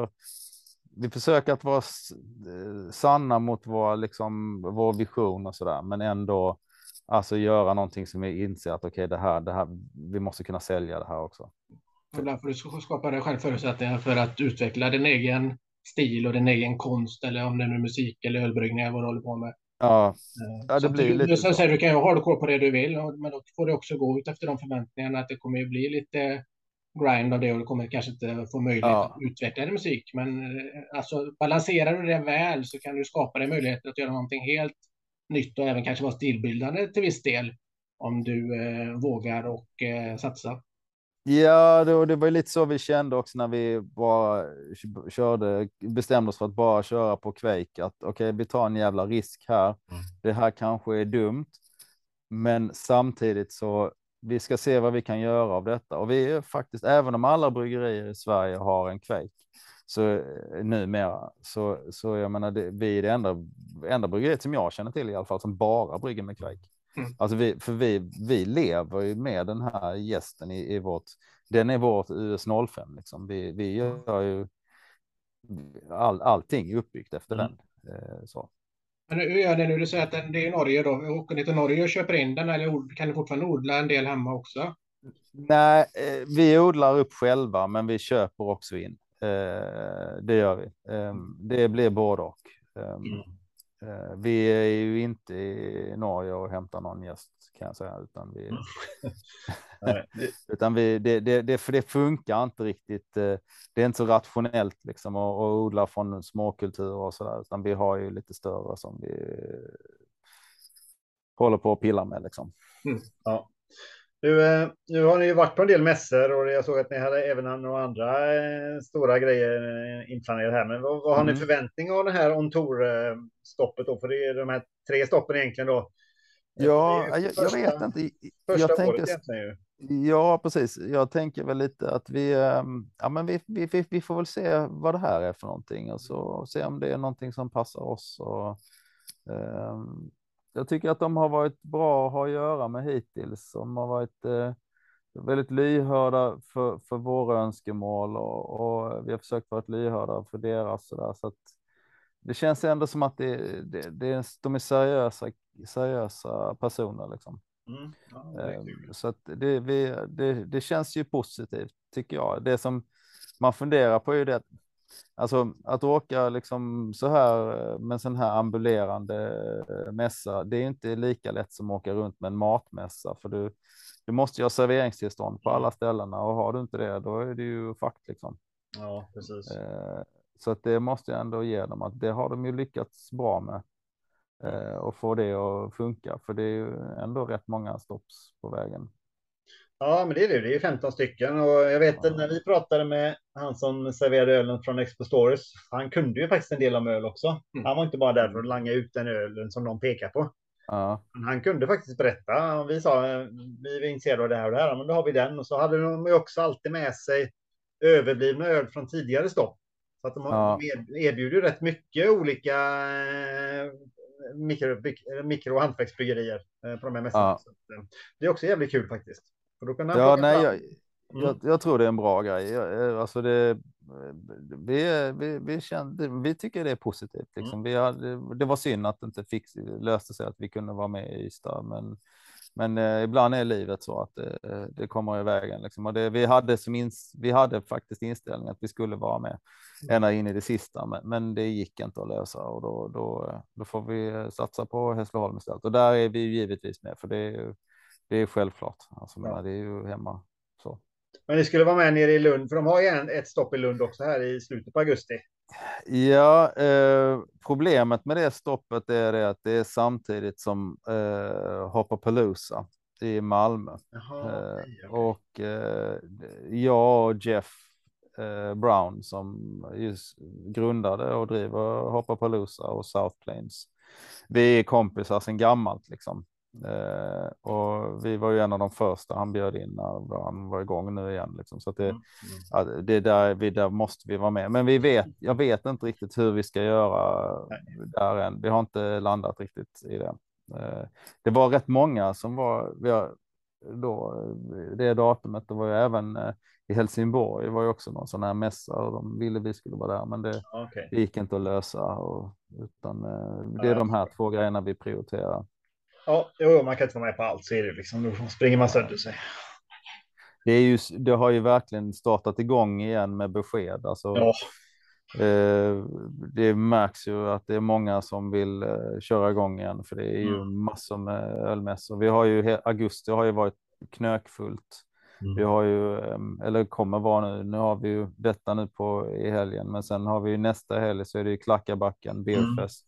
Speaker 2: försöker att vara sanna mot vår vision och sådär. Men ändå alltså göra någonting som vi inser att okej, det här, vi måste kunna sälja det här också.
Speaker 3: Ibland får du skapa dig själv förutsättningar för att utveckla din egen stil och din egen konst, eller om det är musik eller ölbryggning eller vad du håller på med.
Speaker 2: Ja, det blir lite så.
Speaker 3: Säger du kan ju ha hardcore på det du vill, men då får det också gå ut efter de förväntningarna att det kommer ju bli lite grind av det och du kommer kanske inte få möjlighet att utveckla din musik. Men alltså, balanserar du det väl så kan du skapa dig möjligheter att göra någonting helt nytt och även kanske vara stilbildande till viss del om du vågar och satsa.
Speaker 2: Ja, det var lite så vi kände också när vi bara bestämde oss för att bara köra på Quake. Att okej, vi tar en jävla risk här. Det här kanske är dumt. Men samtidigt så vi ska se vad vi kan göra av detta. Och vi är faktiskt, även om alla bryggerier i Sverige har en Quake så numera så jag menar, vi är det enda bryggeriet som jag känner till i alla fall som bara brygger med Quake. Alltså vi lever ju med den här gästen i vårt, den är vårt US 05 liksom. Vi gör ju allting uppbyggt efter den. Så.
Speaker 3: Men hur gör det nu? Du säger att det är Norge då. Vi åker ner till Norge och köper in den, eller kan du fortfarande odla en del hemma också?
Speaker 2: Nej, vi odlar upp själva, men vi köper också in. Det gör vi. Det blir både och. Vi är ju inte i Norge och hämtar någon gäst, kan jag säga, utan vi utan för det funkar inte riktigt. Det är inte så rationellt liksom att odla från småkulturer och så där, utan vi har ju lite större som vi håller på att pilla med liksom.
Speaker 4: Ja. Nu har ni ju varit på en del mässor och jag såg att ni hade även några andra stora grejer inplanerade här. Men vad har ni förväntning av det här on-tour-stoppet då? För det är de här 3 stoppen egentligen då.
Speaker 2: Ja, jag vet inte.
Speaker 4: Första
Speaker 2: Jag
Speaker 4: året egentligen ju.
Speaker 2: Ja, precis. Jag tänker väl lite att vi får väl se vad det här är för någonting och så se om det är någonting som passar oss. Och, jag tycker att de har varit bra att ha att göra med hittills. De har varit väldigt lyhörda för våra önskemål och vi har försökt vara lyhörda för deras. Så att det känns ändå som att de är seriösa personer liksom. Så att det känns ju positivt tycker jag. Det som man funderar på är ju det, alltså att åka liksom så här med sån här ambulerande mässa, det är inte lika lätt som att åka runt med en matmässa, för du måste ju ha serveringstillstånd på alla ställena, och har du inte det, då är det ju fakt liksom.
Speaker 4: Ja, precis.
Speaker 2: Så att det måste jag ändå ge dem, att det har de ju lyckats bra med. Och få det att funka, för det är ju ändå rätt många stopps på vägen. Ja,
Speaker 4: men det är det. Det är 15 stycken, och jag vet när vi pratade med han som serverade ölen från Expo Stories, han kunde ju faktiskt en del om öl också. Han var inte bara där för att langa ut den ölen som de pekar på. Han kunde faktiskt berätta. Vi sa, vi är intresserade av det här och det här, men då har vi den. Och så hade de ju också alltid med sig överblivna öl från tidigare stopp. Så att de erbjuder rätt mycket olika mikro- och hantverksbryggerier på de här mässorna. Det är också jävligt kul faktiskt. För då kan
Speaker 2: jag tror det är en bra grej. Alltså vi tycker det är positivt. Liksom. Det var synd att det inte löste sig att vi kunde vara med i Ystad. Men ibland är livet så att det kommer i vägen. Liksom. Och vi hade faktiskt inställningen att vi skulle vara med ända in i det sista. Men det gick inte att lösa. Och då får vi satsa på Hässleholm istället. Och där är vi givetvis med. För det är självklart. Alltså, det är ju hemma. Så.
Speaker 4: Men ni skulle vara med nere i Lund, för de har ju ett stopp i Lund också här i slutet på augusti.
Speaker 2: Ja, problemet med det stoppet är det att det är samtidigt som Hoppapalooza i Malmö.
Speaker 4: Jaha, okay.
Speaker 2: Och jag och Jeff Brown, som just grundade och driver Hoppapalooza och South Plains, vi är kompisar sedan gammalt liksom. Och vi var ju en av de första han bjöd in när han var igång nu igen liksom. Så att det där måste vi vara med, men jag vet inte riktigt hur vi ska göra där än. Vi har inte landat riktigt i det. Det var rätt många som var det datumet. Det var ju även i Helsingborg, det var ju också någon sån här mässa och de ville vi skulle vara där, men det gick inte att lösa, utan det är de här 2 grejerna vi prioriterar.
Speaker 4: Ja, man kan inte vara med på allt, så är det liksom. Då springer man sönder sig.
Speaker 2: Det har ju verkligen startat igång igen med besked. Alltså, det märks ju att det är många som vill köra igång igen, för det är ju massor med ölmässor. Vi har ju augusti har ju varit knökfullt. Vi har ju, eller kommer vara nu har vi ju detta nu i helgen, men sen har vi ju nästa helg så är det ju Klackarbacken Beerfest.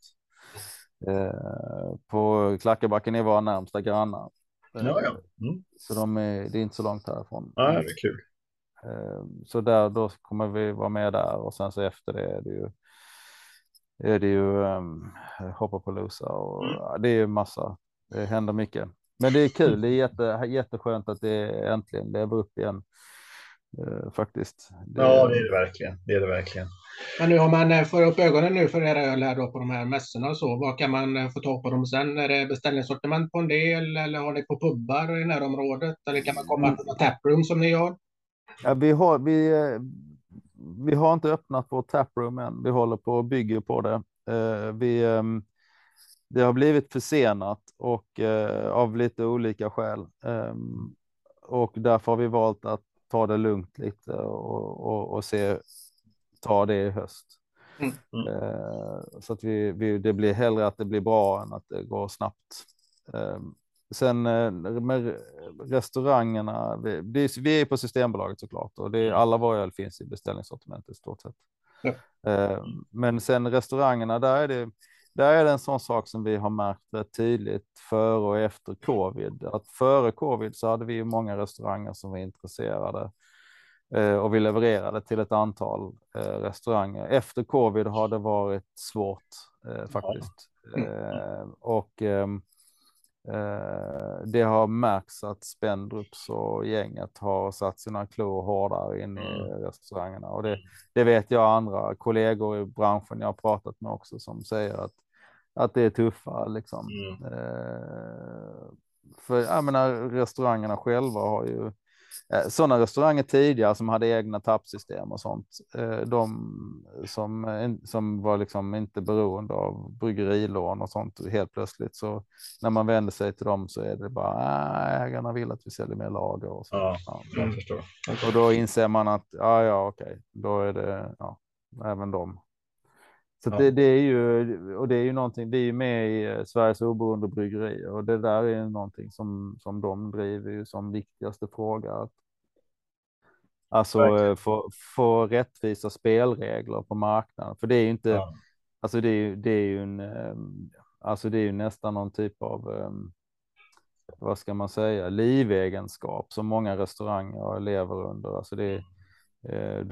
Speaker 2: På Klackarbacken är våra närmsta grannar. Så det är inte så långt härifrån.
Speaker 4: Ja, det är kul.
Speaker 2: Så då kommer vi vara med där, och sen så efter det är det ju Hoppapalooza och det är ju massa, det händer mycket. Men det är kul, det är jätteskönt att det äntligen lever upp igen. Faktiskt.
Speaker 4: Det är det verkligen. Det är det verkligen.
Speaker 3: Men nu har man får upp ögonen nu för era öl här då på de här mässorna och så. Vad kan man få tag på dem sen? Är det beställningssortiment på en del, eller har ni på pubbar i närområdet? Eller kan man komma till taproom som ni har?
Speaker 2: Ja, vi har inte öppnat vår taproom än. Vi håller på och bygger på det. Det har blivit försenat och av lite olika skäl. Och därför har vi valt att ta det lugnt lite och se ta det i höst. Så att det blir hellre att det blir bra än att det går snabbt. Sen med restaurangerna, vi är på Systembolaget såklart, och alla våra öl finns i beställningssortimentet i stort sett. Men sen restaurangerna, där är det en sån sak som vi har märkt rätt tydligt före och efter covid. Att före covid så hade vi ju många restauranger som var intresserade och vi levererade till ett antal restauranger. Efter covid har det varit svårt faktiskt. Det har märkts att Spendrups och gänget har satt sina klor hårdare in i restaurangerna, och det vet jag andra kollegor i branschen jag har pratat med också, som säger att det är tuffa liksom. För jag menar, restaurangerna själva har ju sådana restauranger tidigare som hade egna tappsystem och sånt. De som var liksom inte beroende av bryggerilån och sånt, helt plötsligt så när man vänder sig till dem så är det bara ägarna vill att vi säljer mer lager och så.
Speaker 4: Jag förstår.
Speaker 2: Och då inser man att okej, då är det även dem. Så det är ju, och det är ju någonting, vi är med i Sveriges oberoende bryggeri, och det där är någonting som de driver ju som viktigaste fråga. Alltså få rättvisa spelregler på marknaden, för det är ju inte, alltså det är ju en, alltså det är ju nästan någon typ av, vad ska man säga, livegenskap som många restauranger lever under. Alltså det är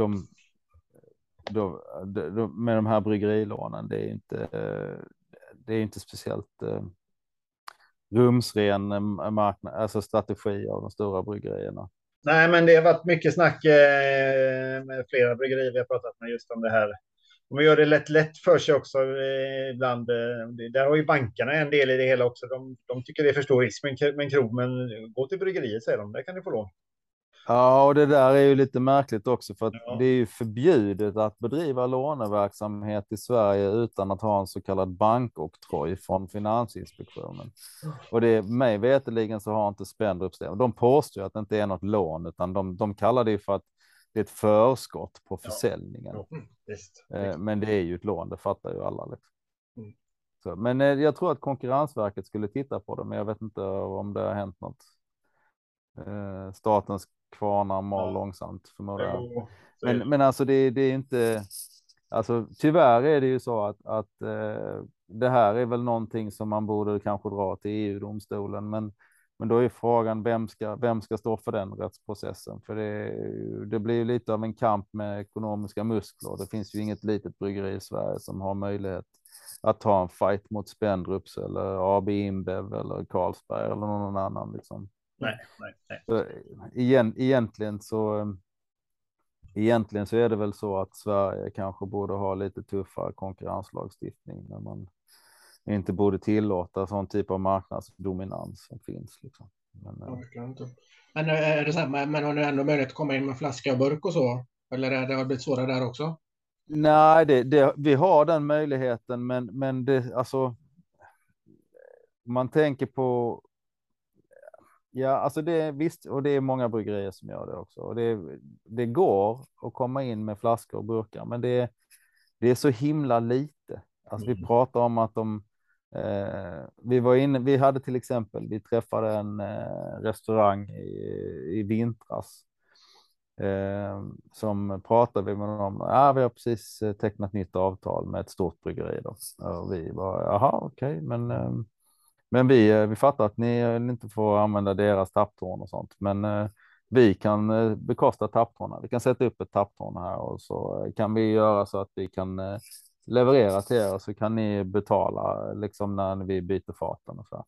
Speaker 2: med de här bryggerilånen, det är inte speciellt rumsren marknad, alltså strategi av de stora bryggerierna.
Speaker 4: Nej, men det har varit mycket snack med flera bryggerier vi har pratat med just om det här. Och man gör det lätt för sig också ibland. Där har ju bankerna en del i det hela också. De tycker det är för stor risk med en krog, men gå till bryggeriet, säger de. Där kan du få lån.
Speaker 2: Ja, och det där är ju lite märkligt också, för att det är ju förbjudet att bedriva låneverksamhet i Sverige utan att ha en så kallad bankoktroj från Finansinspektionen. Och det, mig veterligen så har inte Spendrups det. De påstår att det inte är något lån, utan de kallar det för att det är ett förskott på försäljningen.
Speaker 4: Visst.
Speaker 2: Men det är ju ett lån, det fattar ju alla. Liksom. Så, men jag tror att Konkurrensverket skulle titta på det, men jag vet inte om det har hänt något. Statens kvarnar mal långsamt, förmodar jag. Men alltså det är inte, alltså tyvärr är det ju så att det här är väl någonting som man borde kanske dra till EU-domstolen, men då är frågan vem ska stå för den rättsprocessen, för det blir ju lite av en kamp med ekonomiska muskler. Det finns ju inget litet bryggeri i Sverige som har möjlighet att ta en fight mot Spendrups eller AB InBev eller Carlsberg eller någon annan liksom.
Speaker 4: Nej.
Speaker 2: Så egentligen så är det väl så att Sverige kanske borde ha lite tuffare konkurrenslagstiftning, när man inte borde tillåta sån typ av marknadsdominans som finns. Liksom. Men
Speaker 3: är det så här, men har ni ändå möjlighet att komma in med flaska och burk och så? Eller är det blivit svårare där också?
Speaker 2: Nej, vi har den möjligheten, men det, alltså, man tänker på. Ja, alltså det är visst, och det är många bryggerier som gör det också. Och det går att komma in med flaskor och burkar, men det är så himla lite. Alltså vi pratar om att vi hade till exempel, vi träffade en restaurang i vintras som pratade vi med dem. Vi har precis tecknat nytt avtal med ett stort bryggeri då. Och vi var, jaha, okej, men vi fattar att ni inte får använda deras tapptorn och sånt. Men vi kan bekosta tapptorna. Vi kan sätta upp ett tapptorn här, och så kan vi göra så att vi kan leverera till er, och så kan ni betala liksom när vi byter faten och så.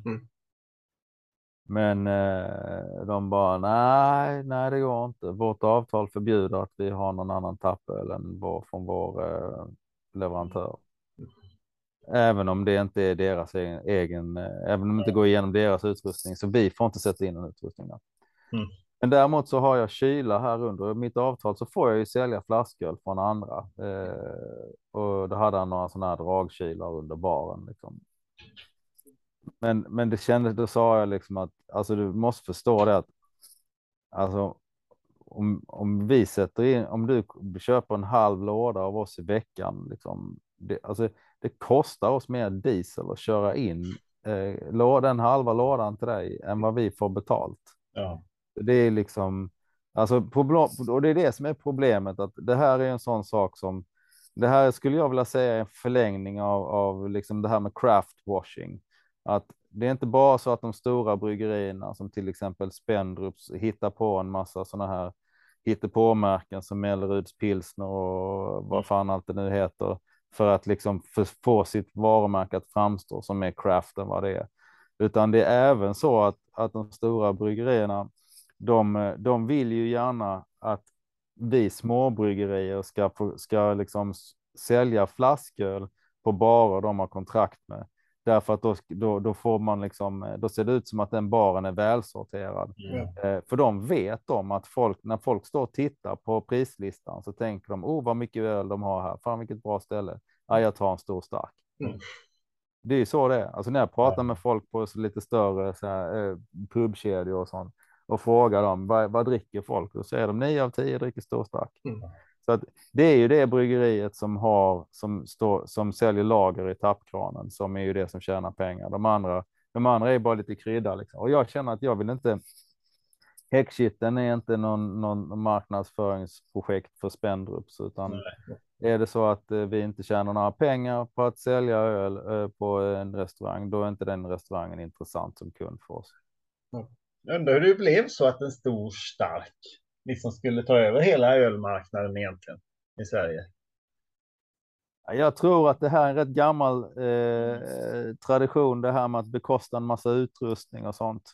Speaker 2: Men de bara, nej det går inte. Vårt avtal förbjuder att vi har någon annan tappöl än från vår leverantör. Även om det inte är deras egen, även om det inte går igenom deras utrustning, så vi får inte sätta in en utrustning där. Men däremot så har jag kyla här under mitt avtal, så får jag ju sälja flasköl från andra. Och då hade han några sådana här dragkylar under baren liksom. Men det kändes, då sa jag liksom att, alltså du måste förstå det att, alltså om vi sätter in, om du köper en halv låda av oss i veckan, liksom, det kostar oss mer diesel att köra in den halva lådan till dig än vad vi får betalt.
Speaker 4: Ja.
Speaker 2: Det är liksom, alltså, och det är det som är problemet, att det här är en sån sak som, det här skulle jag vilja säga är en förlängning av liksom det här med craft washing. Att det är inte bara så att de stora bryggerierna som till exempel Spendrups hittar på en massa sådana här hittepåmärken som Melleruds pilsner och vad fan allt det nu heter, för att liksom få sitt varumärke att framstå som mer craft än vad det är. Utan det är även så att de stora bryggerierna, de vill ju gärna att vi småbryggerier ska liksom sälja flasköl på barer de har kontrakt med. Därför att då får man liksom, då ser det ut som att den baren är välsorterad. För de vet om att när folk står och tittar på prislistan så tänker de, vad mycket öl de har här. Fan vilket bra ställe. Ja, jag tar en stor stark. Det är ju så det är. Alltså när jag pratar med folk på lite större så här, pubkedjor och sånt och frågar dem, vad dricker folk? Då säger de 9 av 10 dricker stor stark. Så att det är ju det bryggeriet som säljer lager i tappkranen som är ju det som tjänar pengar. De andra är bara lite krydda liksom. Och jag känner att jag vill inte, Häxkitteln är inte någon marknadsföringsprojekt för Spendrups, utan är det så att vi inte tjänar några pengar på att sälja öl på en restaurang, då är inte den restaurangen intressant som kund för oss.
Speaker 4: Jag undrar hur det blev så att en stor stark liksom skulle ta över hela ölmarknaden egentligen i Sverige.
Speaker 2: Jag tror att det här är en rätt gammal tradition, det här med att bekosta en massa utrustning och sånt.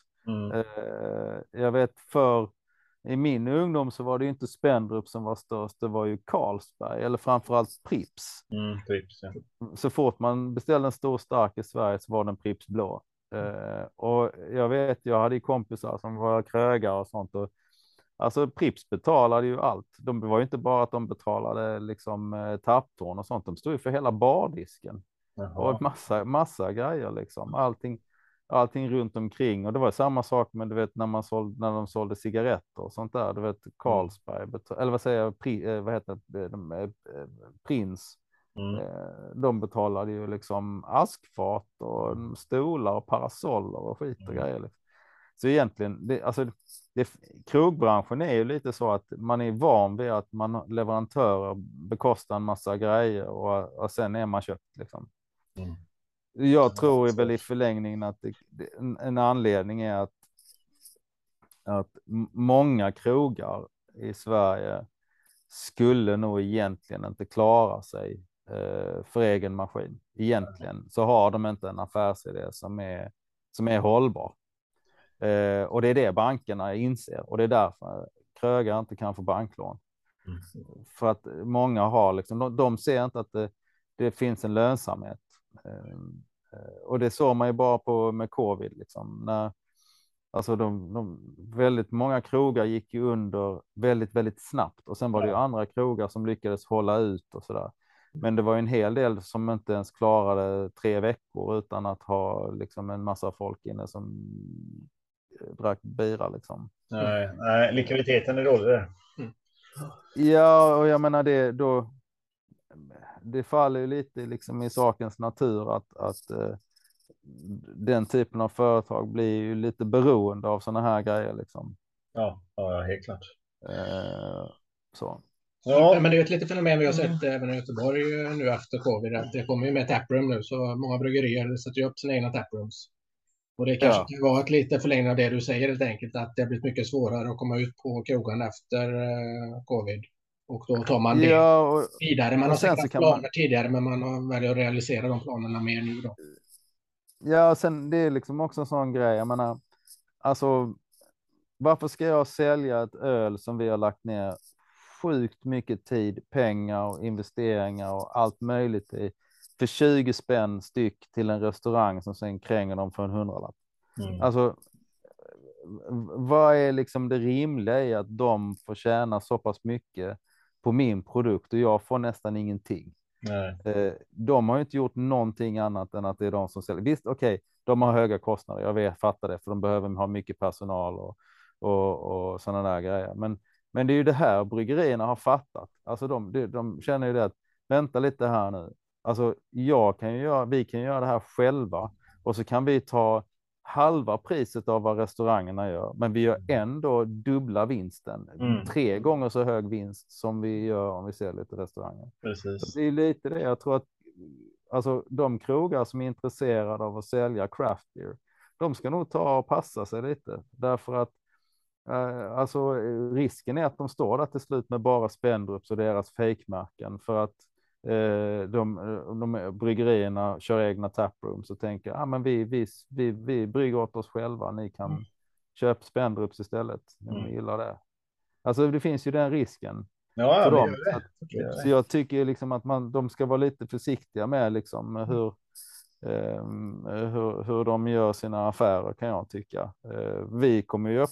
Speaker 2: Jag vet i min ungdom så var det ju inte Spendrup som var störst, det var ju Carlsberg eller framförallt Pripps.
Speaker 4: Pripps, ja.
Speaker 2: Så fort man beställde en stor stark i Sverige så var den Pripps blå. Och jag hade ju kompisar som var krögare och sånt, och alltså Pripps betalade ju allt. Det var ju inte bara att de betalade liksom tapptorn och sånt, de stod ju för hela bardisken. Och massa grejer liksom, allting runt omkring. Och det var samma sak med, du vet, när de sålde cigaretter och sånt där, du vet, Carlsberg eller vad säger Prins. De betalade ju liksom askfat och stolar och parasoller och skit och grejer. Så egentligen, krogbranschen är ju lite så att man är van vid att leverantörer bekostar en massa grejer och sen är man köpt liksom. Jag tror väl i förlängningen att en anledning är att många krogar i Sverige skulle nog egentligen inte klara sig för egen maskin. Egentligen så har de inte en affärsidé som är hållbar. Och det är det bankerna inser, och det är därför krögare inte kan få banklån. För att många har liksom, de ser inte att det finns en lönsamhet. Och det såg man ju bara med covid liksom, alltså väldigt många krogar gick ju under väldigt, väldigt snabbt, och sen var det ju andra krogar som lyckades hålla ut och sådär. Men det var en hel del som inte ens klarade 3 veckor utan att ha liksom en massa folk inne som drack bira liksom.
Speaker 4: Nej, likviditeten är dålig där.
Speaker 2: Ja, och jag menar det faller ju lite liksom i sakens natur att den typen av företag blir ju lite beroende av såna här grejer liksom.
Speaker 4: Ja, helt klart.
Speaker 2: Så.
Speaker 3: Ja. Men det är ett litet fenomen vi har sett även i Göteborg nu efter covid, att det kommer ju med taproom nu, så många bryggerier sätter ju upp sina egna taprooms. Och det kanske kan vara ett lite förlängning av det du säger helt enkelt, att det har blivit mycket svårare att komma ut på krogen efter covid. Och då tar man det vidare. Man har säkert planer tidigare, men man har väldigt att realisera de planerna mer nu då.
Speaker 2: Ja, sen det är liksom också en sån grej. Jag menar, alltså, varför ska jag sälja ett öl som vi har lagt ner sjukt mycket tid, pengar och investeringar och allt möjligt i för 20 spänn styck till en restaurang som sen kränger dem för en 100-lapp? Alltså, vad är liksom det rimliga i att de får tjäna så pass mycket på min produkt och jag får nästan ingenting? De har ju inte gjort någonting annat än att det är de som säljer. Visst, okej, de har höga kostnader, fattar det, för de behöver ha mycket personal och sådana där grejer. Men Men det är ju det här bryggerierna har fattat. Alltså de känner ju det att vänta lite här nu. Alltså vi kan göra det här själva och så kan vi ta halva priset av vad restaurangerna gör. Men vi gör ändå dubbla vinsten. 3 gånger så hög vinst som vi gör om vi ser lite restauranger.
Speaker 4: Precis.
Speaker 2: Så det är lite det. Jag tror att alltså, de krogar som är intresserade av att sälja craft beer, de ska nog ta och passa sig lite. Därför att alltså, risken är att de står där till slut med bara Spendrups och deras fejkmärken för att de bryggerierna kör egna taprooms och tänker men vi brygger åt oss själva, ni kan köpa Spendrups istället om ni gillar det. Alltså det finns ju den risken för dem. Så jag tycker liksom att de ska vara lite försiktiga med liksom hur de gör sina affärer, kan jag tycka. Vi kommer ju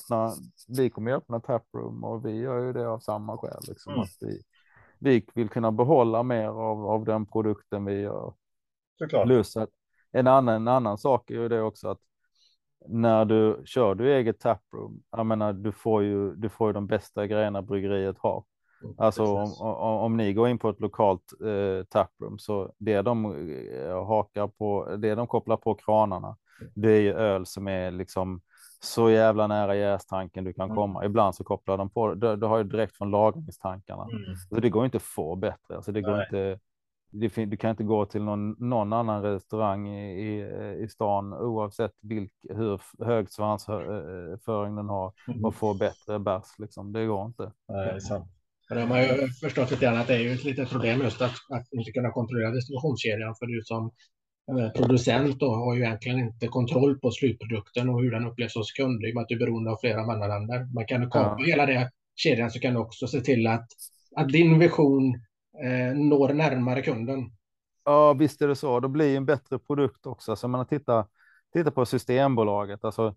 Speaker 2: öppna taproom och vi gör ju det av samma skäl liksom, att vi vill kunna behålla mer av den produkten vi gör.
Speaker 4: Såklart.
Speaker 2: Plus att en annan sak är ju det också att när du kör eget taproom, jag menar, du får ju de bästa grejerna bryggeriet har. Alltså om ni går in på ett lokalt taproom, så det de hakar på, det de kopplar på kranarna, det är ju öl som är liksom så jävla nära jästanken du kan komma. Ibland så kopplar de på, du har ju direkt från lagringstankarna. Så det går inte att få bättre. Alltså det går inte, du kan inte gå till någon annan restaurang i stan, oavsett hur hög svansföring den har, och få bättre bärs liksom. Det går inte.
Speaker 4: Nej, sant.
Speaker 3: Men de har ju förstått lite grann att det är ju ett litet problem just att inte kunna kontrollera distributionskedjan, för du som producent då har ju egentligen inte kontroll på slutprodukten och hur den upplevs hos kunder, i och med att du är beroende av flera mellanländer. Man kan kapa hela det kedjan, så kan du också se till att din vision når närmare kunden.
Speaker 2: Ja, visst är det så. Då blir en bättre produkt också. Så man tittar på Systembolaget. Alltså,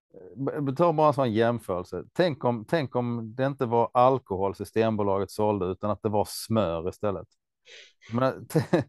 Speaker 2: ta bara en sån jämförelse. Tänk om det inte var alkohol Systembolaget sålde, utan att det var smör istället. Men,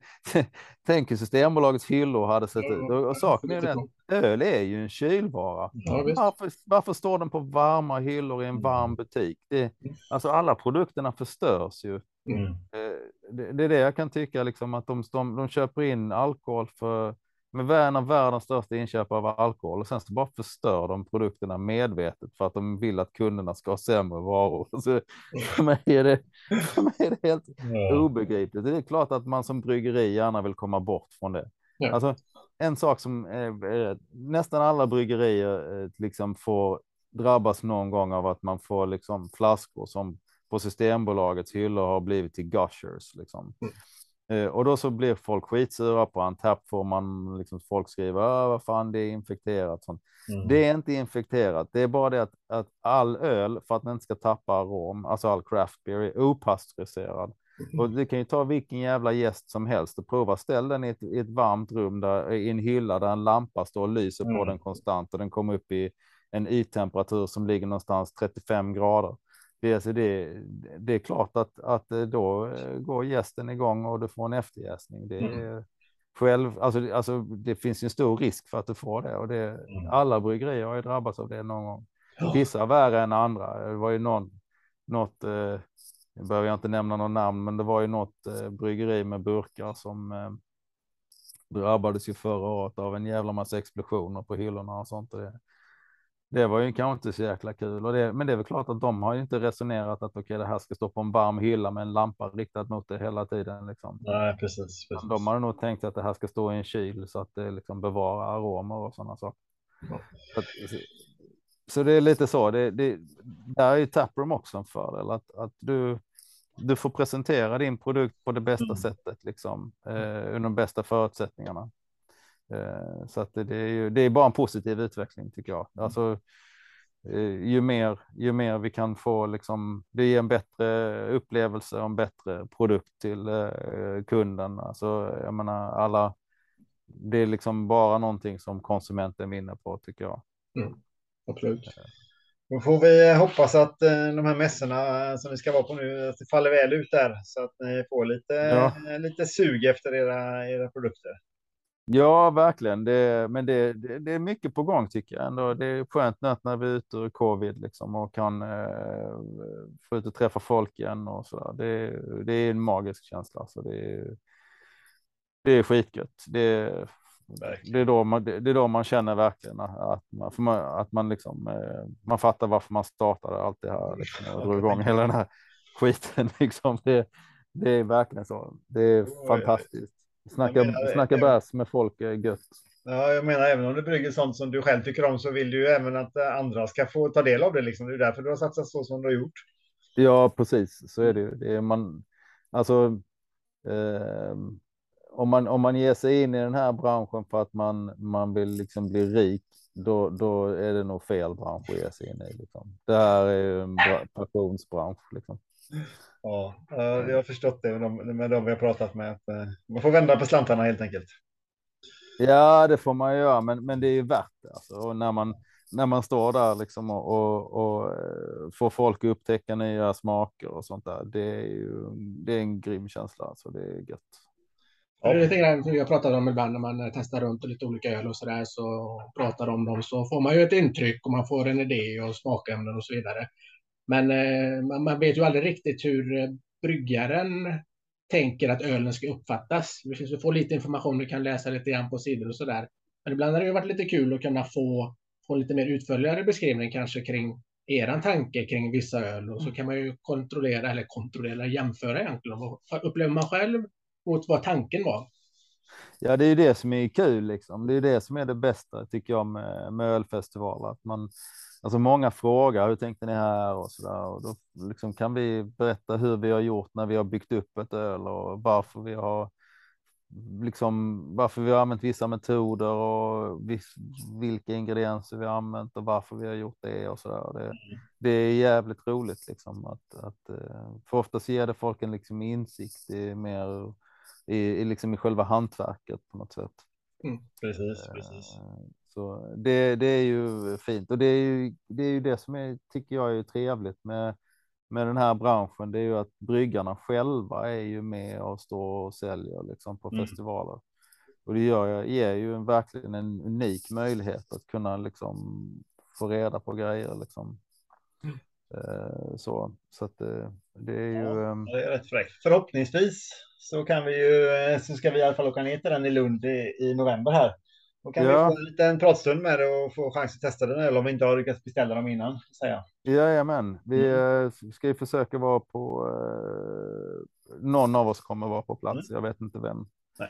Speaker 2: tänk hur Systembolagets hyllor hade sett ut. Och saken är att öl är ju en kylvara. Varför står den på varma hyllor i en varm butik? Alltså alla produkterna förstörs ju. Det är det jag kan tycka, liksom, att de köper in alkohol med en av världens största inköp av alkohol, och sen så bara förstör de produkterna medvetet för att de vill att kunderna ska ha sämre varor. Alltså, för mig är det helt obegripligt. Det är klart att man som bryggeri gärna vill komma bort från det. Alltså, en sak som nästan alla bryggerier liksom får drabbas någon gång av, att man får liksom flaskor som på Systembolagets hyllor har blivit till gushers liksom. Och då så blir folk skitsura på Antapp, får man liksom, folk skriver vad fan, det är infekterat sånt. Det är inte infekterat, det är bara det att all öl, för att den inte ska tappa arom, alltså all craft beer, är opastöriserad. Och det kan ju ta vilken jävla gäst som helst och prova, ställ den i ett varmt rum i en hylla där en lampa står och lyser på den konstant, och den kommer upp i en yttemperatur som ligger någonstans 35 grader. Det är klart att då går gästen igång och du får en efterjäsning. Det är alltså det finns en stor risk för att du får det, och alla bryggerier har ju drabbats av det någon gång. Vissa värre än andra. Det var ju något, jag behöver inte nämna någon namn, men det var ju något bryggeri med burkar som drabbades ju förra året av en jävla massa explosioner på hyllorna och sånt. Det var ju kanske inte så jäkla kul. Men det är väl klart att de har ju inte resonerat att okej, det här ska stå på en varm hylla med en lampa riktad mot det hela tiden. Liksom.
Speaker 4: Nej, precis.
Speaker 2: De har nog tänkt att det här ska stå i en kyl så att det liksom bevarar aromer och sådana saker. Så det är lite så. Där är ju taproom också en fördel. Att du får presentera din produkt på det bästa sättet. Liksom, under de bästa förutsättningarna. Så att det är bara en positiv utveckling, tycker jag. Alltså, ju mer vi kan få, liksom, det ger en bättre upplevelse och en bättre produkt till kunden. Alltså, jag menar, det är liksom bara någonting som konsumenten vinner på, tycker jag.
Speaker 3: Absolut.
Speaker 4: Då får vi hoppas att de här mässorna som vi ska vara på nu, att det faller väl ut där, så att ni får lite sug efter era produkter.
Speaker 2: Ja, verkligen. Men det är mycket på gång tycker jag ändå. Det är skönt nu när vi är ute ur covid liksom, och kan få ut och träffa folk igen och sådär. Det är en magisk känsla. Så det är skitgött. Det är då man känner verkligen att man liksom, man fattar varför man startade allt det här liksom, och drog igång hela den här skiten. Liksom. Det är verkligen så. Det är fantastiskt. Snacka bärs med folk är gött.
Speaker 4: Ja, jag menar även om du brygger sånt som du själv tycker om så vill du ju även att andra ska få ta del av det. Liksom. Det är därför du har satsat så som du har gjort.
Speaker 2: Ja, precis. Så är det ju. Det är man, alltså, om man ger sig in i den här branschen för att man vill liksom bli rik, då är det nog fel bransch att ge sig in i. Liksom. Det här är ju en passionsbransch. Liksom.
Speaker 4: Ja, vi har förstått det med de vi har pratat med. Att man får vända på slantarna helt enkelt.
Speaker 2: Ja, det får man göra, men det är ju värt det. Alltså. Och när man står där liksom och får folk upptäcka nya smaker och sånt där, det är en grym känsla. Alltså. Det är gött.
Speaker 3: Det är lite grann som vi har pratat om ibland när man testar runt lite olika öl och så där, så pratar om dem, så får man ju ett intryck och man får en idé och smakämnen och så vidare. Men man vet ju aldrig riktigt hur bryggaren tänker att ölen ska uppfattas. Vi får lite information, vi kan läsa lite grann på sidor och så där. Men ibland har det ju varit lite kul att kunna få lite mer utförligare beskrivning kanske kring eran tanke kring vissa öl, och så kan man ju jämföra egentligen. Vad upplever man själv mot vad tanken var?
Speaker 2: Ja, det är ju det som är kul liksom. Det är det som är det bästa tycker jag med ölfestivaler. Att alltså många frågar, hur tänkte ni här och så där. Och då liksom kan vi berätta hur vi har gjort när vi har byggt upp ett öl och varför vi har använt vissa metoder och vilka ingredienser vi har använt och varför vi har gjort det och så där. Det är jävligt roligt liksom för ofta ger det folk en liksom insikt i själva hantverket på något sätt.
Speaker 4: Precis.
Speaker 2: Så det är ju fint, och det är ju det som tycker jag är trevligt med den här branschen. Det är ju att bryggarna själva är ju med och står och säljer liksom på festivaler, och det ger ju verkligen en unik möjlighet att kunna liksom få reda på grejer liksom. Så att det är ju
Speaker 4: det är rätt fräckt. Förhoppningsvis så ska vi i alla fall åka ner till den i Lund i november här. Då kan vi få en liten pratstund med det och få chans att testa den, eller om vi inte har lyckats beställa dem innan.
Speaker 2: Jajamän, vi ska ju försöka vara på någon av oss kommer vara på plats. Jag vet inte vem.
Speaker 4: Nej.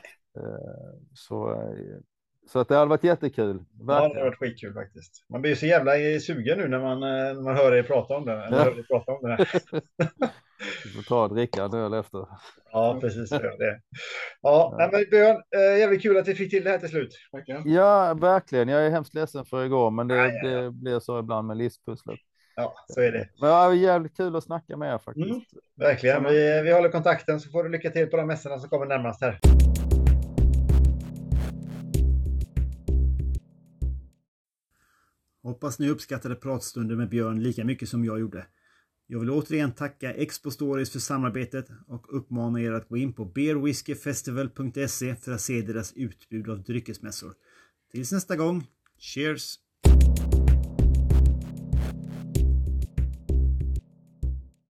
Speaker 2: Så att det hade varit jättekul.
Speaker 4: Verkligen. Ja, det har varit skitkul faktiskt. Man blir ju så jävla sugen nu när man hör er prata om det.
Speaker 2: Vi får ta och dricka en öl efter.
Speaker 4: Ja, precis. Det. Ja, men Björn, jävligt kul att vi fick till det här till slut.
Speaker 2: Ja, verkligen. Jag är hemskt ledsen för igår, men det blir så ibland med listpusslet.
Speaker 4: Ja, så är det.
Speaker 2: Men det var jävligt kul att snacka med er faktiskt.
Speaker 4: Verkligen. Vi håller kontakten, så får du lycka till på de mässorna som kommer närmast här.
Speaker 1: Hoppas ni uppskattade pratstunden med Björn lika mycket som jag gjorde. Jag vill återigen tacka Expo Stories för samarbetet och uppmana er att gå in på beerwhiskyfestival.se för att se deras utbud av dryckesmässor. Tills nästa gång, cheers!